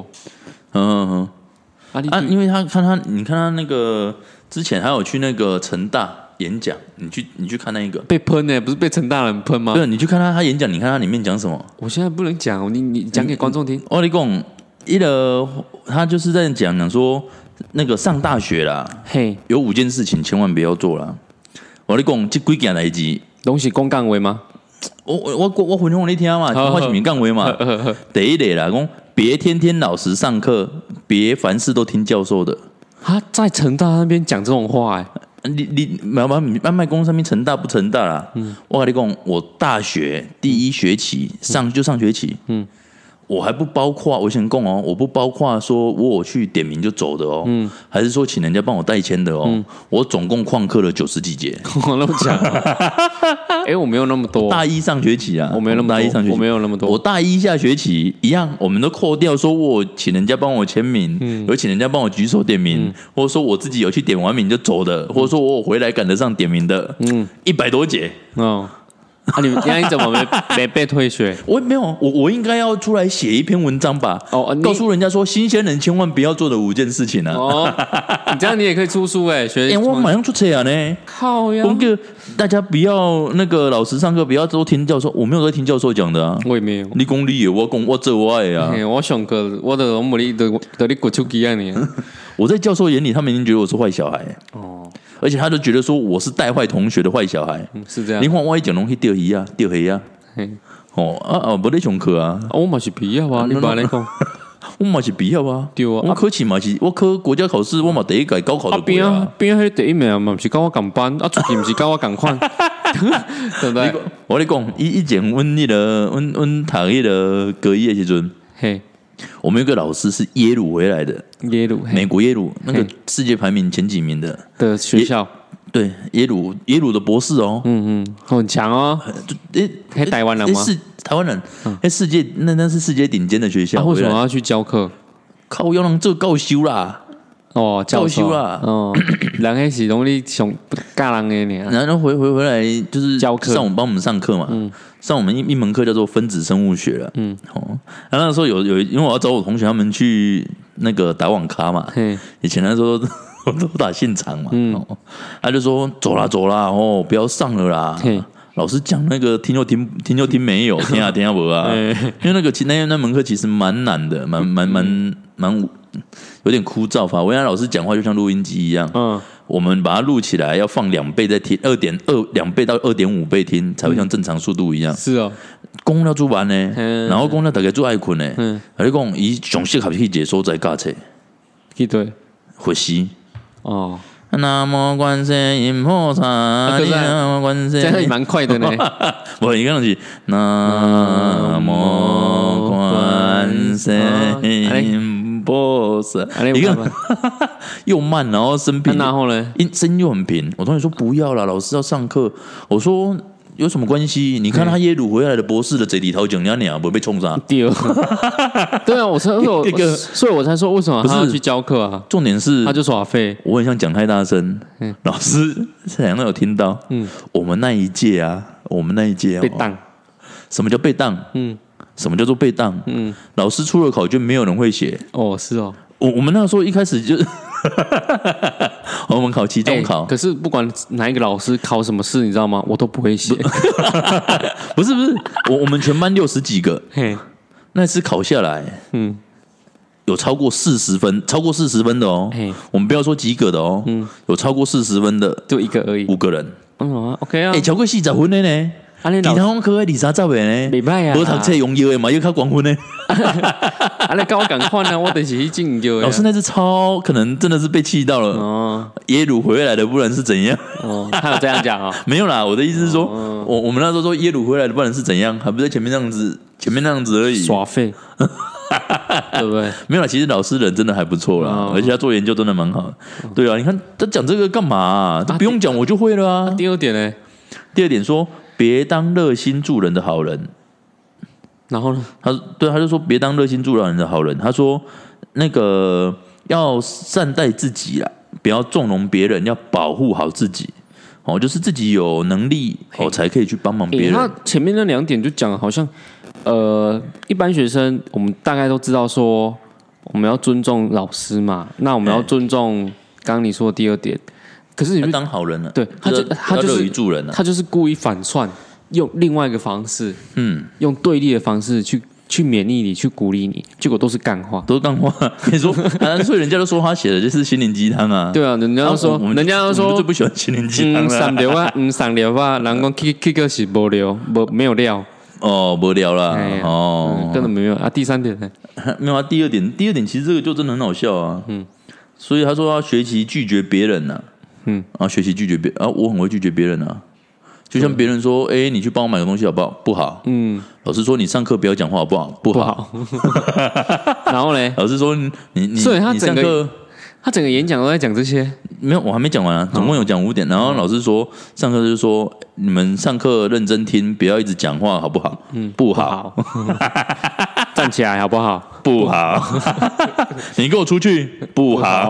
[SPEAKER 1] 因为你看他那个之前还有去那个成大演讲，你去看那一个
[SPEAKER 2] 被喷呢，不是被陈大人喷吗？
[SPEAKER 1] 对，你去看他演讲，你看他里面讲什么？
[SPEAKER 2] 我现在不能讲，你讲给观众听。
[SPEAKER 1] 我跟你讲，他就是在讲说那个上大学啦，
[SPEAKER 2] 嘿，
[SPEAKER 1] 有5件事情千万不要做啦。我跟你讲，这几件代志，
[SPEAKER 2] 东西公干位吗？
[SPEAKER 1] 我分享给你听嘛，我是民干位嘛。第一类啦，讲别天天老实上课，别凡事都听教授的。
[SPEAKER 2] 他在成大那边讲这种话
[SPEAKER 1] 你慢慢公上面成大不成大啦？我跟你讲，我大学第1学期上学期，我还不包括我先讲哦，我不包括说我去点名就走的哦，还是说请人家帮我代签的哦，我总共旷课了90几节，
[SPEAKER 2] 那么讲，我没有那么多，
[SPEAKER 1] 大1上学期啊，
[SPEAKER 2] 我没有那么多，大1上学期我没有那么多，
[SPEAKER 1] 我大1下学期一样，我们都扣掉，说我请人家帮我签名，有请人家帮我举手点名，或者说我自己有去点完名就走的，或者说我回来赶得上点名的，100多节哦。
[SPEAKER 2] 你怎么没被退学？
[SPEAKER 1] 我没有，我应该要出来写一篇文章吧？告诉人家说新鲜人千万不要做的5件事情啊！
[SPEAKER 2] 你这样你也可以出书
[SPEAKER 1] 我马上出车啊呢！
[SPEAKER 2] 靠呀！
[SPEAKER 1] 大家不要那个老师上课不要都听教授，我没有在听教授讲的啊，
[SPEAKER 2] 我也没有。
[SPEAKER 1] 你讲你的，我做我的啊！
[SPEAKER 2] 我上课我的我没得你滚出去啊你！
[SPEAKER 1] 我在教授眼里，他们已经觉得我是坏小孩而且他就觉得说我是带坏同学的坏小孩，
[SPEAKER 2] 是这样。
[SPEAKER 1] 你看我一讲东西钓鱼啊，钓鱼啊，不在上课啊，
[SPEAKER 2] 我嘛是毕业啊，你爸来讲，
[SPEAKER 1] 我嘛是毕业啊，
[SPEAKER 2] 对啊，
[SPEAKER 1] 我考试嘛是，我考国家考试，我嘛第一届高考就过啊，
[SPEAKER 2] 边迄第1名嘛，不是跟我同班，出去不是跟我同款，对不对？
[SPEAKER 1] 我跟你讲，以前阮读迄个高一的时阵，嘿。我们有个老师是耶鲁回来的，美国耶鲁那个世界排名前几名的
[SPEAKER 2] 学校，
[SPEAKER 1] 对，耶鲁的博士哦，
[SPEAKER 2] 很强哦，台湾人吗？
[SPEAKER 1] 是台湾人，世界那是世界顶尖的学校，
[SPEAKER 2] 为什么要去教课？
[SPEAKER 1] 靠，要让这教授啦，教授啦，
[SPEAKER 2] 人迄是拢你上教人的呢，
[SPEAKER 1] 然后回来就是
[SPEAKER 2] 教课，
[SPEAKER 1] 帮我们上课嘛，上我们一门课叫做分子生物学了，然后那时候有，因为我要找我同学他们去那个打网咖嘛，以前那时候我都打现场嘛，他就说走啦，不要上了啦。老师讲那个听就听没有，听啊不啊，因为那门课其实蛮难的，蛮有点枯燥法。我原来老师讲话就像录音机一样，我们把它录起来要放2倍再听，2倍到2.5倍听，才会像正常速度一样。
[SPEAKER 2] 是哦，
[SPEAKER 1] 讲了做完呢，然后讲了大家做爱困呢，你讲以详细合去解说在教册，
[SPEAKER 2] 对，
[SPEAKER 1] 会习
[SPEAKER 2] 哦。
[SPEAKER 1] 南无观世音菩萨，南无观世音，
[SPEAKER 2] 这样也蛮快的呢。
[SPEAKER 1] 我一个东西，南无观世音菩萨，一个又慢，然后声平，
[SPEAKER 2] 然后呢，
[SPEAKER 1] 声又很平。我同学说不要啦，老师要上课。我说有什么关系？你看他耶鲁回来的博士的嘴里头讲你不被冲上？
[SPEAKER 2] 对啊，所以我才说为什么他要去教课啊？
[SPEAKER 1] 重点是
[SPEAKER 2] 他就耍废。
[SPEAKER 1] 我很想讲太大声，老师好像有听到。我们那一届啊，
[SPEAKER 2] 被当。
[SPEAKER 1] 什么叫被当？什么叫做被当？老师出了考卷，没有人会写。
[SPEAKER 2] 哦，是哦。
[SPEAKER 1] 我们那时候一开始就。我们考期中考，
[SPEAKER 2] 可是不管哪一个老师考什么试，你知道吗？我都不会写。
[SPEAKER 1] 不是，我们全班60几个，那次考下来，有超过40分的哦。我们不要说及格的哦，有超过40分的，
[SPEAKER 2] 就一个而已
[SPEAKER 1] ，5个人。
[SPEAKER 2] OK 啊，
[SPEAKER 1] 超过40分的呢。其他科2、30个呢，
[SPEAKER 2] 没歹啊，
[SPEAKER 1] 无读册用药的嘛，又较高分呢。
[SPEAKER 2] 你跟我赶快呢，我就是去进药。
[SPEAKER 1] 老师那次超可能真的是被气到了。耶鲁回来的，不然是怎样？
[SPEAKER 2] 他有这样讲啊？
[SPEAKER 1] 没有啦，我的意思是说，我们那时候说耶鲁回来的，不然是怎样？还不在前面那样子而已，
[SPEAKER 2] 耍废，对不对？
[SPEAKER 1] 没有啦，其实老师人真的还不错啦，而且他做研究真的蛮好的。对啊，你看他讲这个干嘛？他不用讲我就会了啊。
[SPEAKER 2] 第二点呢？
[SPEAKER 1] 第二点说别当热心助人的好人。
[SPEAKER 2] 然后呢？
[SPEAKER 1] 他就说别当热心助人的好人。他说那个要善待自己啦，不要纵容别人，要保护好自己。哦，就是自己有能力才可以去帮忙别人。
[SPEAKER 2] 他前面那2点就讲好像一般学生我们大概都知道说我们要尊重老师嘛，那我们要尊重刚刚你说的第2点。可是你
[SPEAKER 1] 当好人了，
[SPEAKER 2] 对，他就是
[SPEAKER 1] 乐于助人了，
[SPEAKER 2] 他就是故意反串，用另外一个方式，用对立的方式去勉励你，去鼓励你，结果都是干话，
[SPEAKER 1] 都是干话。你说，所以人家都说他写的就是心灵鸡汤啊。
[SPEAKER 2] 对啊，人家都说，
[SPEAKER 1] 我们最不喜欢心灵鸡汤了。
[SPEAKER 2] 上流啊，上流啊，人讲 K 个是无聊，没有料。
[SPEAKER 1] 哦，无聊啦。
[SPEAKER 2] 根本没有啊。第3点呢？
[SPEAKER 1] 没有啊。第二点其实这个就真的很好笑啊。所以他说要学习拒绝别人呐。学习拒绝别人啊，我很会拒绝别人啊。就像别人说，你去帮我买个东西好不好？不好。老师说你上课不要讲话好不好？不好。
[SPEAKER 2] 然后嘞，
[SPEAKER 1] 老师说你
[SPEAKER 2] 所以他
[SPEAKER 1] 上课
[SPEAKER 2] 他整个演讲都在讲这些。
[SPEAKER 1] 没有，我还没讲完啊，总共有讲5点。然后老师说上课就是说你们上课认真听，不要一直讲话好不好？不好。
[SPEAKER 2] 站起来好不好？
[SPEAKER 1] 不好。你给我出去！不好。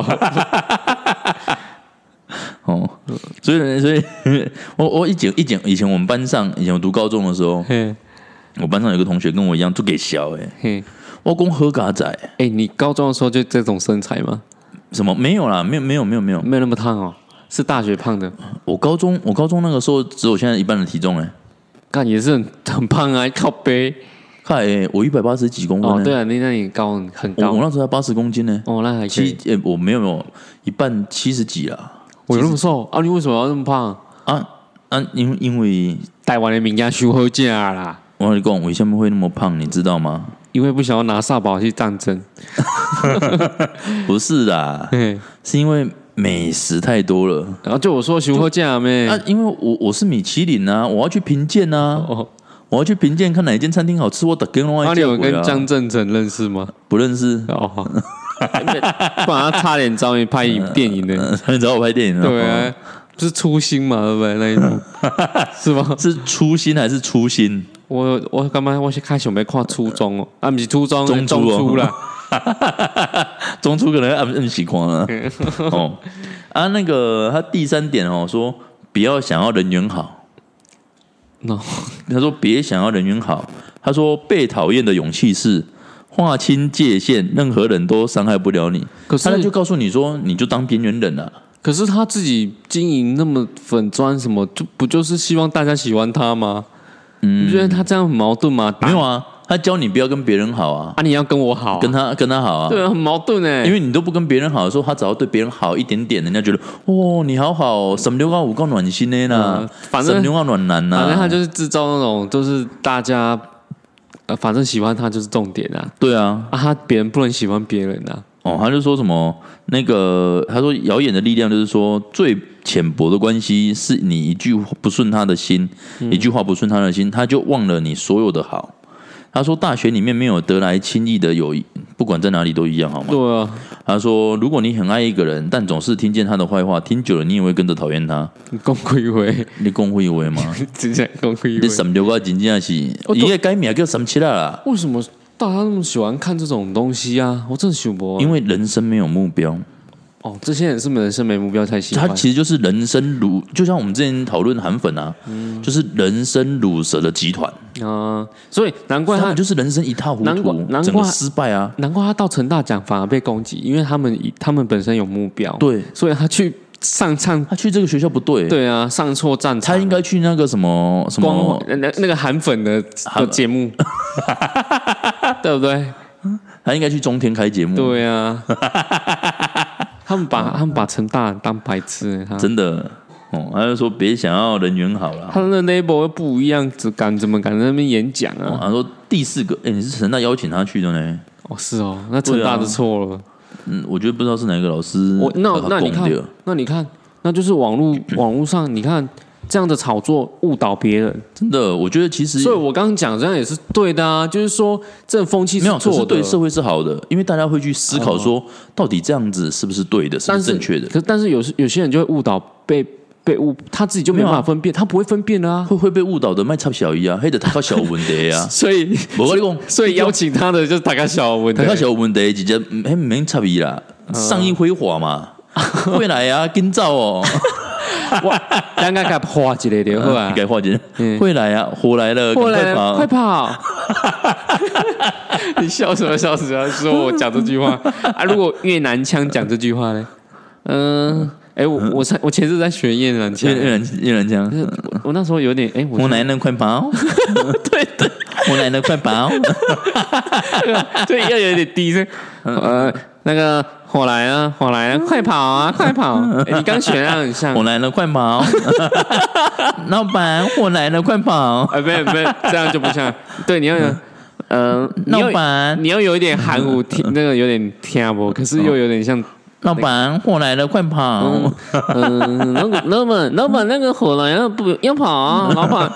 [SPEAKER 1] 所以我以前我们班上，以前我读高中的时候，我班上有个同学跟我一样都给小我讲喝嘎仔。
[SPEAKER 2] 你高中的时候就这种身材吗？
[SPEAKER 1] 什么没有啦，没有
[SPEAKER 2] 那么胖哦，是大学胖的。
[SPEAKER 1] 我高中那个时候只有现在一半的体重
[SPEAKER 2] 干也是很胖啊，靠背。
[SPEAKER 1] 看我180几公分
[SPEAKER 2] 对啊，那你高很高。
[SPEAKER 1] 我那时候才80公斤呢。
[SPEAKER 2] 那还可以。
[SPEAKER 1] 我没有一半70几啦。
[SPEAKER 2] 我有那么瘦啊？你为什么要那么胖
[SPEAKER 1] 啊？因为
[SPEAKER 2] 台湾的民间修好价啦。
[SPEAKER 1] 我跟你讲，为什么会那么胖？你知道吗？
[SPEAKER 2] 因为不想要拿萨宝去战争。
[SPEAKER 1] 不是啦，是因为美食太多了。
[SPEAKER 2] 然后就我说修好价咩？
[SPEAKER 1] 因为我是米其林啊，我要去评鉴啊。我要去评鉴看哪一间餐厅好吃，我打跟另外一家。
[SPEAKER 2] 你有跟江正成认识吗？
[SPEAKER 1] 不认识。
[SPEAKER 2] 不然他差点找你拍电影呢。
[SPEAKER 1] 差点找我拍电影。
[SPEAKER 2] 对啊，是初心嘛，对不对？那一部是吗？
[SPEAKER 1] 是初心还是初心？
[SPEAKER 2] 我干嘛？我是开始没看初中哦，不是初中，
[SPEAKER 1] 中
[SPEAKER 2] 初啦。
[SPEAKER 1] 中初可能按喜欢了。那个他第3点说不要想要人缘好。他说别想要人缘好。他说被讨厌的勇气是划清界限，任何人都伤害不了你。可是他就告诉你说，你就当边缘人了。
[SPEAKER 2] 可是他自己经营那么粉专什么，不就是希望大家喜欢他吗？你觉得他这样很矛盾吗？
[SPEAKER 1] 没有啊，他教你不要跟别人好啊。
[SPEAKER 2] 你要跟我好，
[SPEAKER 1] 跟他好啊。
[SPEAKER 2] 对啊，很矛盾
[SPEAKER 1] 因为你都不跟别人好的时候，他只要对别人好一点点，人家觉得你好好，什么六高五高暖心的啦，
[SPEAKER 2] 反正
[SPEAKER 1] 什么六高暖男呐。
[SPEAKER 2] 反正他就是制造那种，就是大家反正喜欢他就是重点啊。
[SPEAKER 1] 对啊，
[SPEAKER 2] 他别人不能喜欢别人啊。
[SPEAKER 1] 他就说什么他说谣言的力量就是说最浅薄的关系是你一句不顺他的心，一句话不顺他的心，他就忘了你所有的好。他说大学里面没有得来轻易的友谊，不管在哪里都一样，好吗？
[SPEAKER 2] 对啊。
[SPEAKER 1] 他说如果你很爱一个人，但总是听见他的坏话，听久了你也会跟着讨厌他。
[SPEAKER 2] 你讲几回？
[SPEAKER 1] 你讲几回吗？
[SPEAKER 2] 真的讲几回？
[SPEAKER 1] 你36个真正是伊个改名叫37啦。
[SPEAKER 2] 为什么大家那么喜欢看这种东西啊？我真的想不。
[SPEAKER 1] 因为人生没有目标。
[SPEAKER 2] 这些人是人生没目标才喜欢。
[SPEAKER 1] 他其实就是人生乳，就像我们之前讨论韩粉啊，就是人生乳蛇的集团
[SPEAKER 2] 啊。所以难怪他
[SPEAKER 1] 就是人生一塌糊涂，整个失败啊。
[SPEAKER 2] 难怪他到成大奖反而被攻击，因为他们本身有目标，
[SPEAKER 1] 对，
[SPEAKER 2] 所以他去他去
[SPEAKER 1] 这个学校不对，
[SPEAKER 2] 对啊，上错战场，
[SPEAKER 1] 他应该去那个什么
[SPEAKER 2] 那个韩粉的节目，对不对？
[SPEAKER 1] 他应该去中天开节目，
[SPEAKER 2] 对啊。他们把成大人当白痴，
[SPEAKER 1] 真的他就说别想要人缘好啦。
[SPEAKER 2] 他的 label 又不一样，怎么敢在那边演讲啊？
[SPEAKER 1] 他说第4个，你是成大邀请他去的呢？
[SPEAKER 2] 是哦，那成大就错了。
[SPEAKER 1] 我觉得不知道是哪个老师。
[SPEAKER 2] 那你看，那就是网络上你看这样的炒作误导别人，
[SPEAKER 1] 真的，我觉得其实，
[SPEAKER 2] 所以我刚刚讲这样也是对的啊，就是说这风气是错的，
[SPEAKER 1] 对社会是好的，因为大家会去思考说，到底这样子是不是对的，是不是正确的？
[SPEAKER 2] 但是有些人就会误导被被误，他自己就没办法分辨，他不会分辨了啊，
[SPEAKER 1] 会被误导的，卖插小鱼啊，黑的他靠小问题啊。
[SPEAKER 2] 所以
[SPEAKER 1] 我跟你讲，
[SPEAKER 2] 所以邀请他的就是大概小问题，
[SPEAKER 1] 他靠小问题直接还没插鱼啦，上映辉煌嘛，会来啊，跟照哦。
[SPEAKER 2] 我刚刚给画一个就好啊，
[SPEAKER 1] 给画一个，会来啊，火来了，
[SPEAKER 2] 火来
[SPEAKER 1] 了，
[SPEAKER 2] 快跑！你笑什么？笑什么？说我讲这句话啊？如果越南腔讲这句话呢？我前次在学越南腔，
[SPEAKER 1] 越南腔，
[SPEAKER 2] 我那时候有点
[SPEAKER 1] 我奶奶快跑！
[SPEAKER 2] 对对，
[SPEAKER 1] 我奶奶快跑！
[SPEAKER 2] 对，要有点低声。那个火来了，火来了，快跑啊，快跑！你刚学的很像。
[SPEAKER 1] 火来了，快跑！老板，火来了，快跑！
[SPEAKER 2] 不是，这样就不像。对，你要
[SPEAKER 1] 老板，
[SPEAKER 2] 你要有一点含糊，那个有点听不，可是又有点像。
[SPEAKER 1] 老板，火来了，快跑！
[SPEAKER 2] 老板，那个火来了，不要跑啊，老板。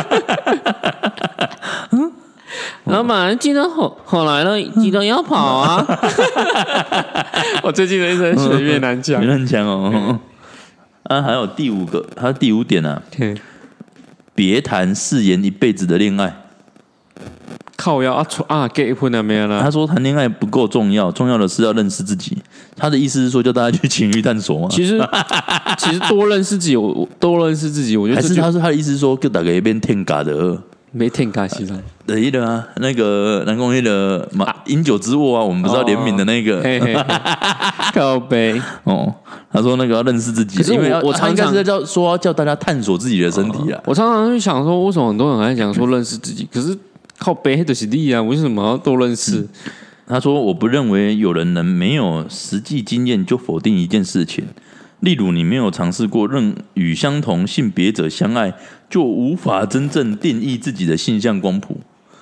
[SPEAKER 2] 老板，记得火来了，记得要跑啊！我最近一直在学越南腔，
[SPEAKER 1] 越南腔哦。还有第五点啊，别谈誓言一辈子的恋爱。
[SPEAKER 2] 靠腰结婚了没有啦？
[SPEAKER 1] 他说谈恋爱不够重要，重要的是要认识自己。他的意思是说叫大家去情欲探索嘛。
[SPEAKER 2] 其实多认识自己，我觉得
[SPEAKER 1] 还是他的意思是说，就大概一边天嘎的。
[SPEAKER 2] 没天嘎西上
[SPEAKER 1] 的一个啊，那个南宫一的饮酒之握啊，我们不知道联名的那个，
[SPEAKER 2] 靠北
[SPEAKER 1] 哦。他说那个要认识自己，因为我常应该是在说叫大家探索自己的身体啊。
[SPEAKER 2] 我常常去想说，为什么很多人还讲说认识自己，可是靠北就是你啊，为什么要多认识？
[SPEAKER 1] 他说我不认为有人能没有实际经验就否定一件事情。例如，你没有尝试过与相同性别者相爱，就无法真正定义自己的性向光谱。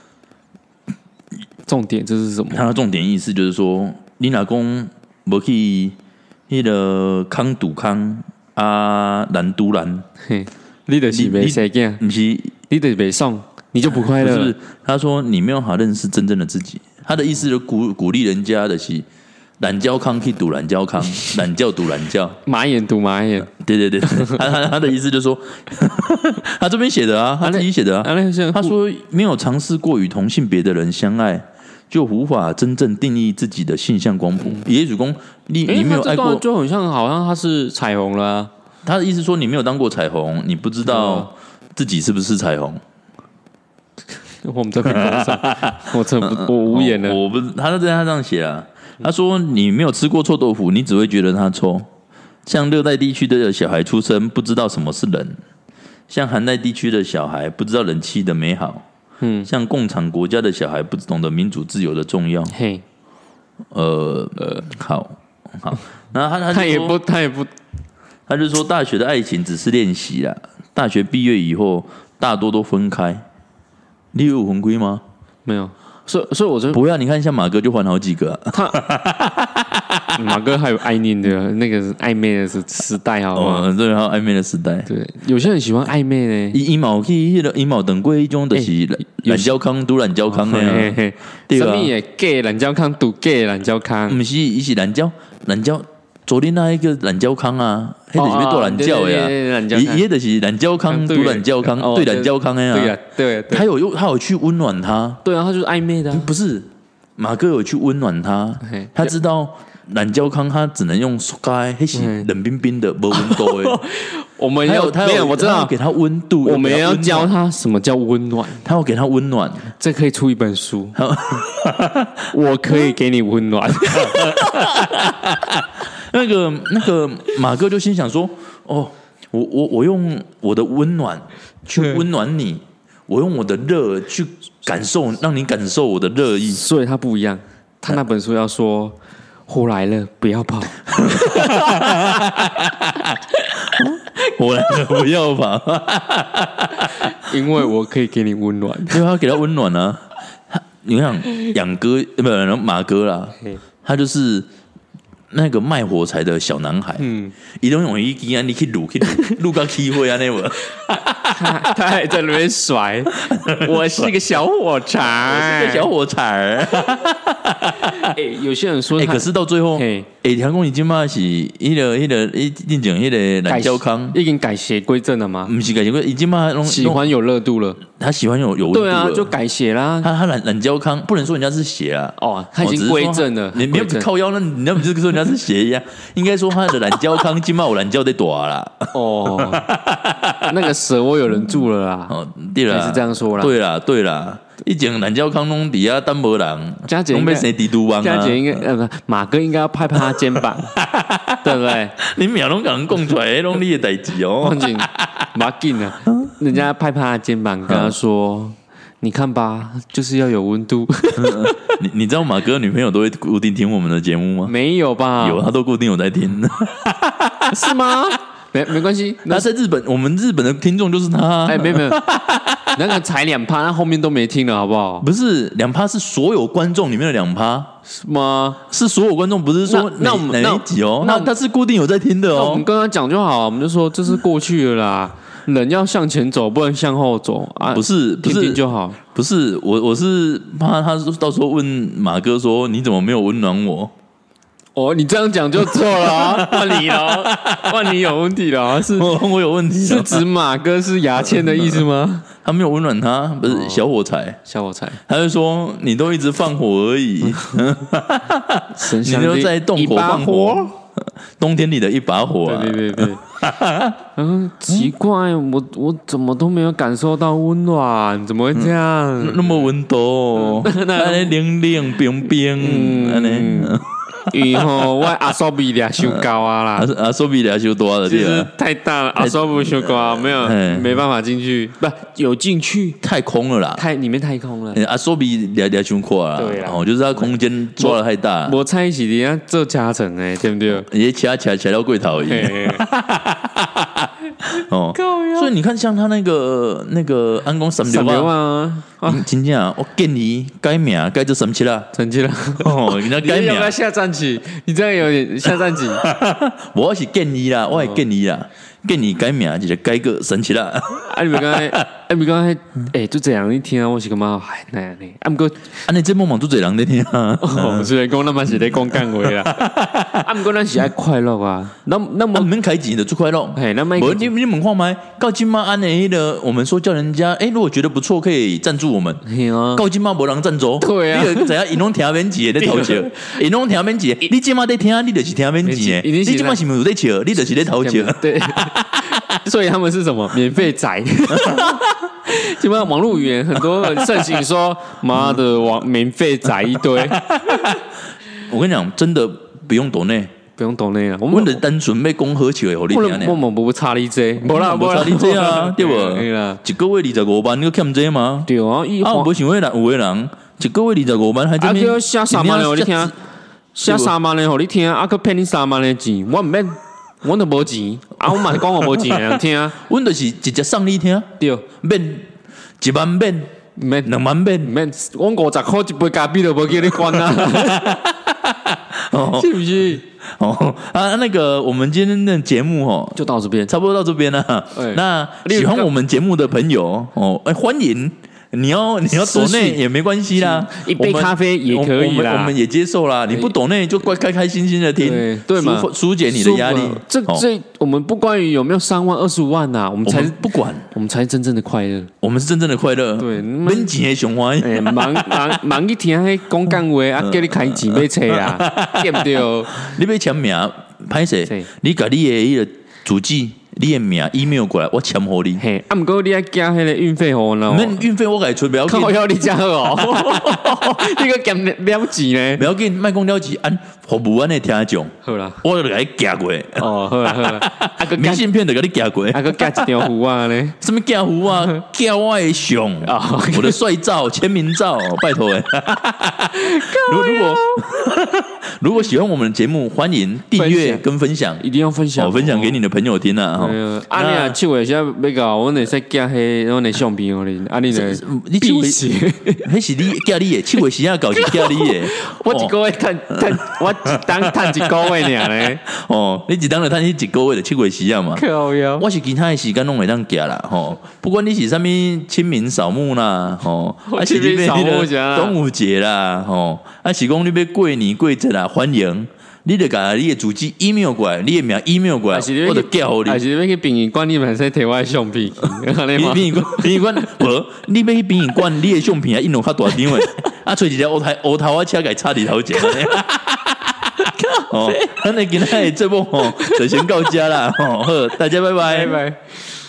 [SPEAKER 2] 重点这是什么？
[SPEAKER 1] 他的重点意思就是说，你老公不去那个康赌康啊，蓝都蓝，
[SPEAKER 2] 你就是没谁干，
[SPEAKER 1] 不是
[SPEAKER 2] 你就是没送，你就不快乐。
[SPEAKER 1] 不是，他说你没有好认识真正的自己。他的意思是鼓励人家的是。懒教康可以赌懒教康，懒教赌懒教，
[SPEAKER 2] 马眼赌马眼。
[SPEAKER 1] 对，他的意思就是说，他这边写的啊，他自己写的啊。他说没有尝试过与同性别的人相爱，就无法真正定义自己的性向光谱。也许说你没有爱过，
[SPEAKER 2] 就很像好像他是彩虹了啊。
[SPEAKER 1] 他的意思说你没有当过彩虹，你不知道自己是不是彩虹。
[SPEAKER 2] 我们这边我无言了。
[SPEAKER 1] 我不是，他这样写啊。他说：“你没有吃过臭豆腐，你只会觉得它臭。像热带地区的小孩出生不知道什么是冷，像寒带地区的小孩不知道冷气的美好。像共产国家的小孩不懂得民主自由的重要。
[SPEAKER 2] 嘿，
[SPEAKER 1] 好，然后他
[SPEAKER 2] 也不，
[SPEAKER 1] 他就说大学的爱情只是练习啦，大学毕业以后大多都分开。你有分开吗？
[SPEAKER 2] 没有。”所以我就
[SPEAKER 1] 不要，你看像马哥就换好几个、啊。
[SPEAKER 2] 马哥还有爱念的那个暧昧的时代，好吗？
[SPEAKER 1] 对，还有暧昧的时代。
[SPEAKER 2] 对，有些人喜欢暧昧呢。
[SPEAKER 1] 一毛等过一种的是懒胶康赌懒胶康的啊，
[SPEAKER 2] 对吧？什么也 gay 懒胶康赌 gay 懒胶康，
[SPEAKER 1] 不是，伊是懒胶。昨天那一个懒胶康啊，那就是做懒胶呀，伊就是懒胶康赌懒胶康，对懒胶康的呀。
[SPEAKER 2] 对，
[SPEAKER 1] 他有去温暖他。
[SPEAKER 2] 对啊，他就是暧昧的。
[SPEAKER 1] 不是，马哥有去温暖他，他知道懒胶康他只能用塑胶，那是冷冰冰的，没温度的。
[SPEAKER 2] 我们没有，我知道
[SPEAKER 1] 给他温度，
[SPEAKER 2] 我们要教他什么叫温暖。
[SPEAKER 1] 他要给他温暖，
[SPEAKER 2] 这可以出一本书。我可以给你温暖。
[SPEAKER 1] 那个马哥就心想说：“哦，我用我的温暖去温暖你，我用我的热去感受，让你感受我的热意。”
[SPEAKER 2] 所以他不一样，他那本书要说：“火来了，不要跑。”
[SPEAKER 1] 火来了，不要跑，
[SPEAKER 2] 因为我可以给你温暖。
[SPEAKER 1] 因为他给他温暖啊。你看养哥不马哥啦，他就是那个卖火柴的小男孩，一种用一支啊，你去撸到气会啊那个，
[SPEAKER 2] 他还在那边甩，我是个小火柴，
[SPEAKER 1] 我是个小火柴。
[SPEAKER 2] 有些人说，
[SPEAKER 1] 可是到最后， 听讲伊即马是迄个进前迄个蓝胶康
[SPEAKER 2] 已经改邪归正了吗？
[SPEAKER 1] 不是改邪归，伊即马
[SPEAKER 2] 喜欢有热度了，
[SPEAKER 1] 他喜欢有温度了，
[SPEAKER 2] 对啊，就改邪啦。
[SPEAKER 1] 他蓝胶康不能说人家是邪啊，
[SPEAKER 2] 哦，他已经归正了。
[SPEAKER 1] 你要靠腰，你要不是说人家是邪一样，应该说他的蓝胶康即马有蓝胶在大啦。
[SPEAKER 2] 哦，那个蛇窝有人住了啦。
[SPEAKER 1] 哦，对啦，
[SPEAKER 2] 是这样说啦。
[SPEAKER 1] 对啦。以前蓝胶康拢底下单无人，
[SPEAKER 2] 佳姐
[SPEAKER 1] 拢被谁敌毒王啊？
[SPEAKER 2] 佳姐应该马哥应该要拍他肩膀，对不对？
[SPEAKER 1] 你秒拢敢讲出来，拢你的代志哦。
[SPEAKER 2] 放紧，马紧啊！人家拍他肩膀，跟他说：“你看吧，就是要有温度。”
[SPEAKER 1] 你知道马哥女朋友都会固定听我们的节目吗？
[SPEAKER 2] 没有吧？
[SPEAKER 1] 有，他都固定有在听，
[SPEAKER 2] 是吗？没关系，
[SPEAKER 1] 那在日本，我们日本的听众就是他。
[SPEAKER 2] 没有，那个才2%，他后面都没听了，好不好？
[SPEAKER 1] 不是2%，是所有观众里面的2%，
[SPEAKER 2] 是吗？
[SPEAKER 1] 是所有观众，不是说哪一集哦？那他是固定有在听的哦。
[SPEAKER 2] 我们跟他讲就好，我们就说这是过去了啦，人要向前走，不能向后走啊。
[SPEAKER 1] 不是
[SPEAKER 2] 听就好。
[SPEAKER 1] 不是我是怕他到时候问马哥说你怎么没有温暖我。
[SPEAKER 2] 哦，你这样讲就错了啊！换你有问题了啊！是
[SPEAKER 1] 我有问题，
[SPEAKER 2] 是指马哥是牙签的意思吗？
[SPEAKER 1] 他没有温暖他，不是小火柴，他就说你都一直放火而已，你就在动火放火，冬天里的一把火啊！
[SPEAKER 2] 对，奇怪，我怎么都没有感受到温暖，怎么会这样？
[SPEAKER 1] 那么温度，那冷冷冰冰，
[SPEAKER 2] 以后我阿索比俩修高啊啦，
[SPEAKER 1] 阿索比俩修多了，
[SPEAKER 2] 就是太大了，阿索比修高啊，没办法进去，不有进去，
[SPEAKER 1] 太空了啦，
[SPEAKER 2] 里面太空了，
[SPEAKER 1] 阿索比俩修阔啦，
[SPEAKER 2] 对啦，
[SPEAKER 1] 就是它空间抓的太大，
[SPEAKER 2] 我猜是你要做加成对不对？
[SPEAKER 1] 也掐到柜头而已。哦，所以你看，像他那个安公360
[SPEAKER 2] 啊，
[SPEAKER 1] 真正我建议改名改做37啦
[SPEAKER 2] ，37啦。
[SPEAKER 1] 哦，人家改名
[SPEAKER 2] 要下站起，你这样有点下站起。
[SPEAKER 1] 我是建议啦，我也建议啦，建议改名就是改个37啦。
[SPEAKER 2] 你们刚才，就这样一听，我是感觉哎那样呢。不过，
[SPEAKER 1] 你这梦梦都这人在听啊。
[SPEAKER 2] 虽然讲那么是在讲干话啦，不过咱是爱快乐啊。那么
[SPEAKER 1] 免开钱的最快乐。
[SPEAKER 2] 那么
[SPEAKER 1] 你们看麦，到今嘛安的的，我们说叫人家，如果觉得不错，可以赞助我们。到今嘛没人赞助，
[SPEAKER 2] 对啊。
[SPEAKER 1] 你怎样？伊拢听免钱的在偷笑，伊拢听免钱。你今嘛在听，你就是听免钱的。你今嘛是不是在笑？你就是在偷笑。
[SPEAKER 2] 对。所以他们是什么？免费仔。基本上网络语言很多很盛行说，妈的免费仔一堆。
[SPEAKER 1] 我跟你讲，真的不用抖内，我们的单纯被恭贺起来，我
[SPEAKER 2] 们不差你这，
[SPEAKER 1] 没差你这啊，对不？一个月25万，你欠这吗？
[SPEAKER 2] 对啊，
[SPEAKER 1] 不想有的人，一个月25万，还这
[SPEAKER 2] 边写3万的，你听，写3万的，给你听，去骗你3万的钱，我唔免。我都无钱，我嘛是讲我无钱的人听，
[SPEAKER 1] 我就是直接送你听，
[SPEAKER 2] 对，
[SPEAKER 1] 免1万免2万免，
[SPEAKER 2] 我50块一杯咖啡都无叫你关啊，是不是？
[SPEAKER 1] 那个我们今天的节目
[SPEAKER 2] 就到这边，
[SPEAKER 1] 差不多到这边了。那喜欢我们节目的朋友欢迎。你要抖内也没关系啦，
[SPEAKER 2] 一杯咖啡也可以啦，
[SPEAKER 1] 我们也接受啦。你不抖内就开开心心的听，
[SPEAKER 2] 对嘛，
[SPEAKER 1] 疏解你的压力。
[SPEAKER 2] 这我们不关于有没有3万25万呐，我们才
[SPEAKER 1] 不管，
[SPEAKER 2] 我们才是真正的快乐，
[SPEAKER 1] 我们是真正的快乐。
[SPEAKER 2] 对，
[SPEAKER 1] 免钱的上欢。
[SPEAKER 2] 忙一天还讲干话啊，叫你开钱买车啊，对不对？
[SPEAKER 1] 你要签名，歹势，你把你的那个主机。你的名 email 过来，我签给你。
[SPEAKER 2] 嘿，不过你要加那个运费好呢？
[SPEAKER 1] 免运费我给出，不要紧。
[SPEAKER 2] 靠要你加好哦，你个减了钱呢？
[SPEAKER 1] 不要紧，卖讲了钱，按服务安尼听众。
[SPEAKER 2] 好啦，
[SPEAKER 1] 我就给你加过。
[SPEAKER 2] 好啦，
[SPEAKER 1] 明信片就给你加过。
[SPEAKER 2] 个加一条胡啊呢？
[SPEAKER 1] 什么加胡啊？加我的相，我的帅照、签名照，拜托哎。如果喜欢我们的节目，欢迎订阅跟分享，
[SPEAKER 2] 一定要分享，
[SPEAKER 1] 分享给你的朋友听啊！
[SPEAKER 2] 啊，你啊，7月现在要搞，我那使加迄，我那相片哦，你呢？
[SPEAKER 1] 你7月，那是你加你的，7月时啊搞是加你的，
[SPEAKER 2] 我一个月赚，我一当赚一个月尔呢。
[SPEAKER 1] 你一当就赚一个月的7月时啊嘛。我是其他的时间拢会当加啦，不管你是啥物清明扫墓啦，是你要端午节啦，是讲你要过年过节啦，欢迎你就把你的主机 email 过来，你的名 email 过来，我就叫你。
[SPEAKER 2] 还是要去殡仪馆，你们使摕我的相片？
[SPEAKER 1] 殡仪馆，无你要去殡仪馆，你的相片啊印落较大张诶，啊，找一条乌头啊车给插伫头前。哦，咱的今天的节目就先到这啦，好，大家拜拜，
[SPEAKER 2] 拜拜。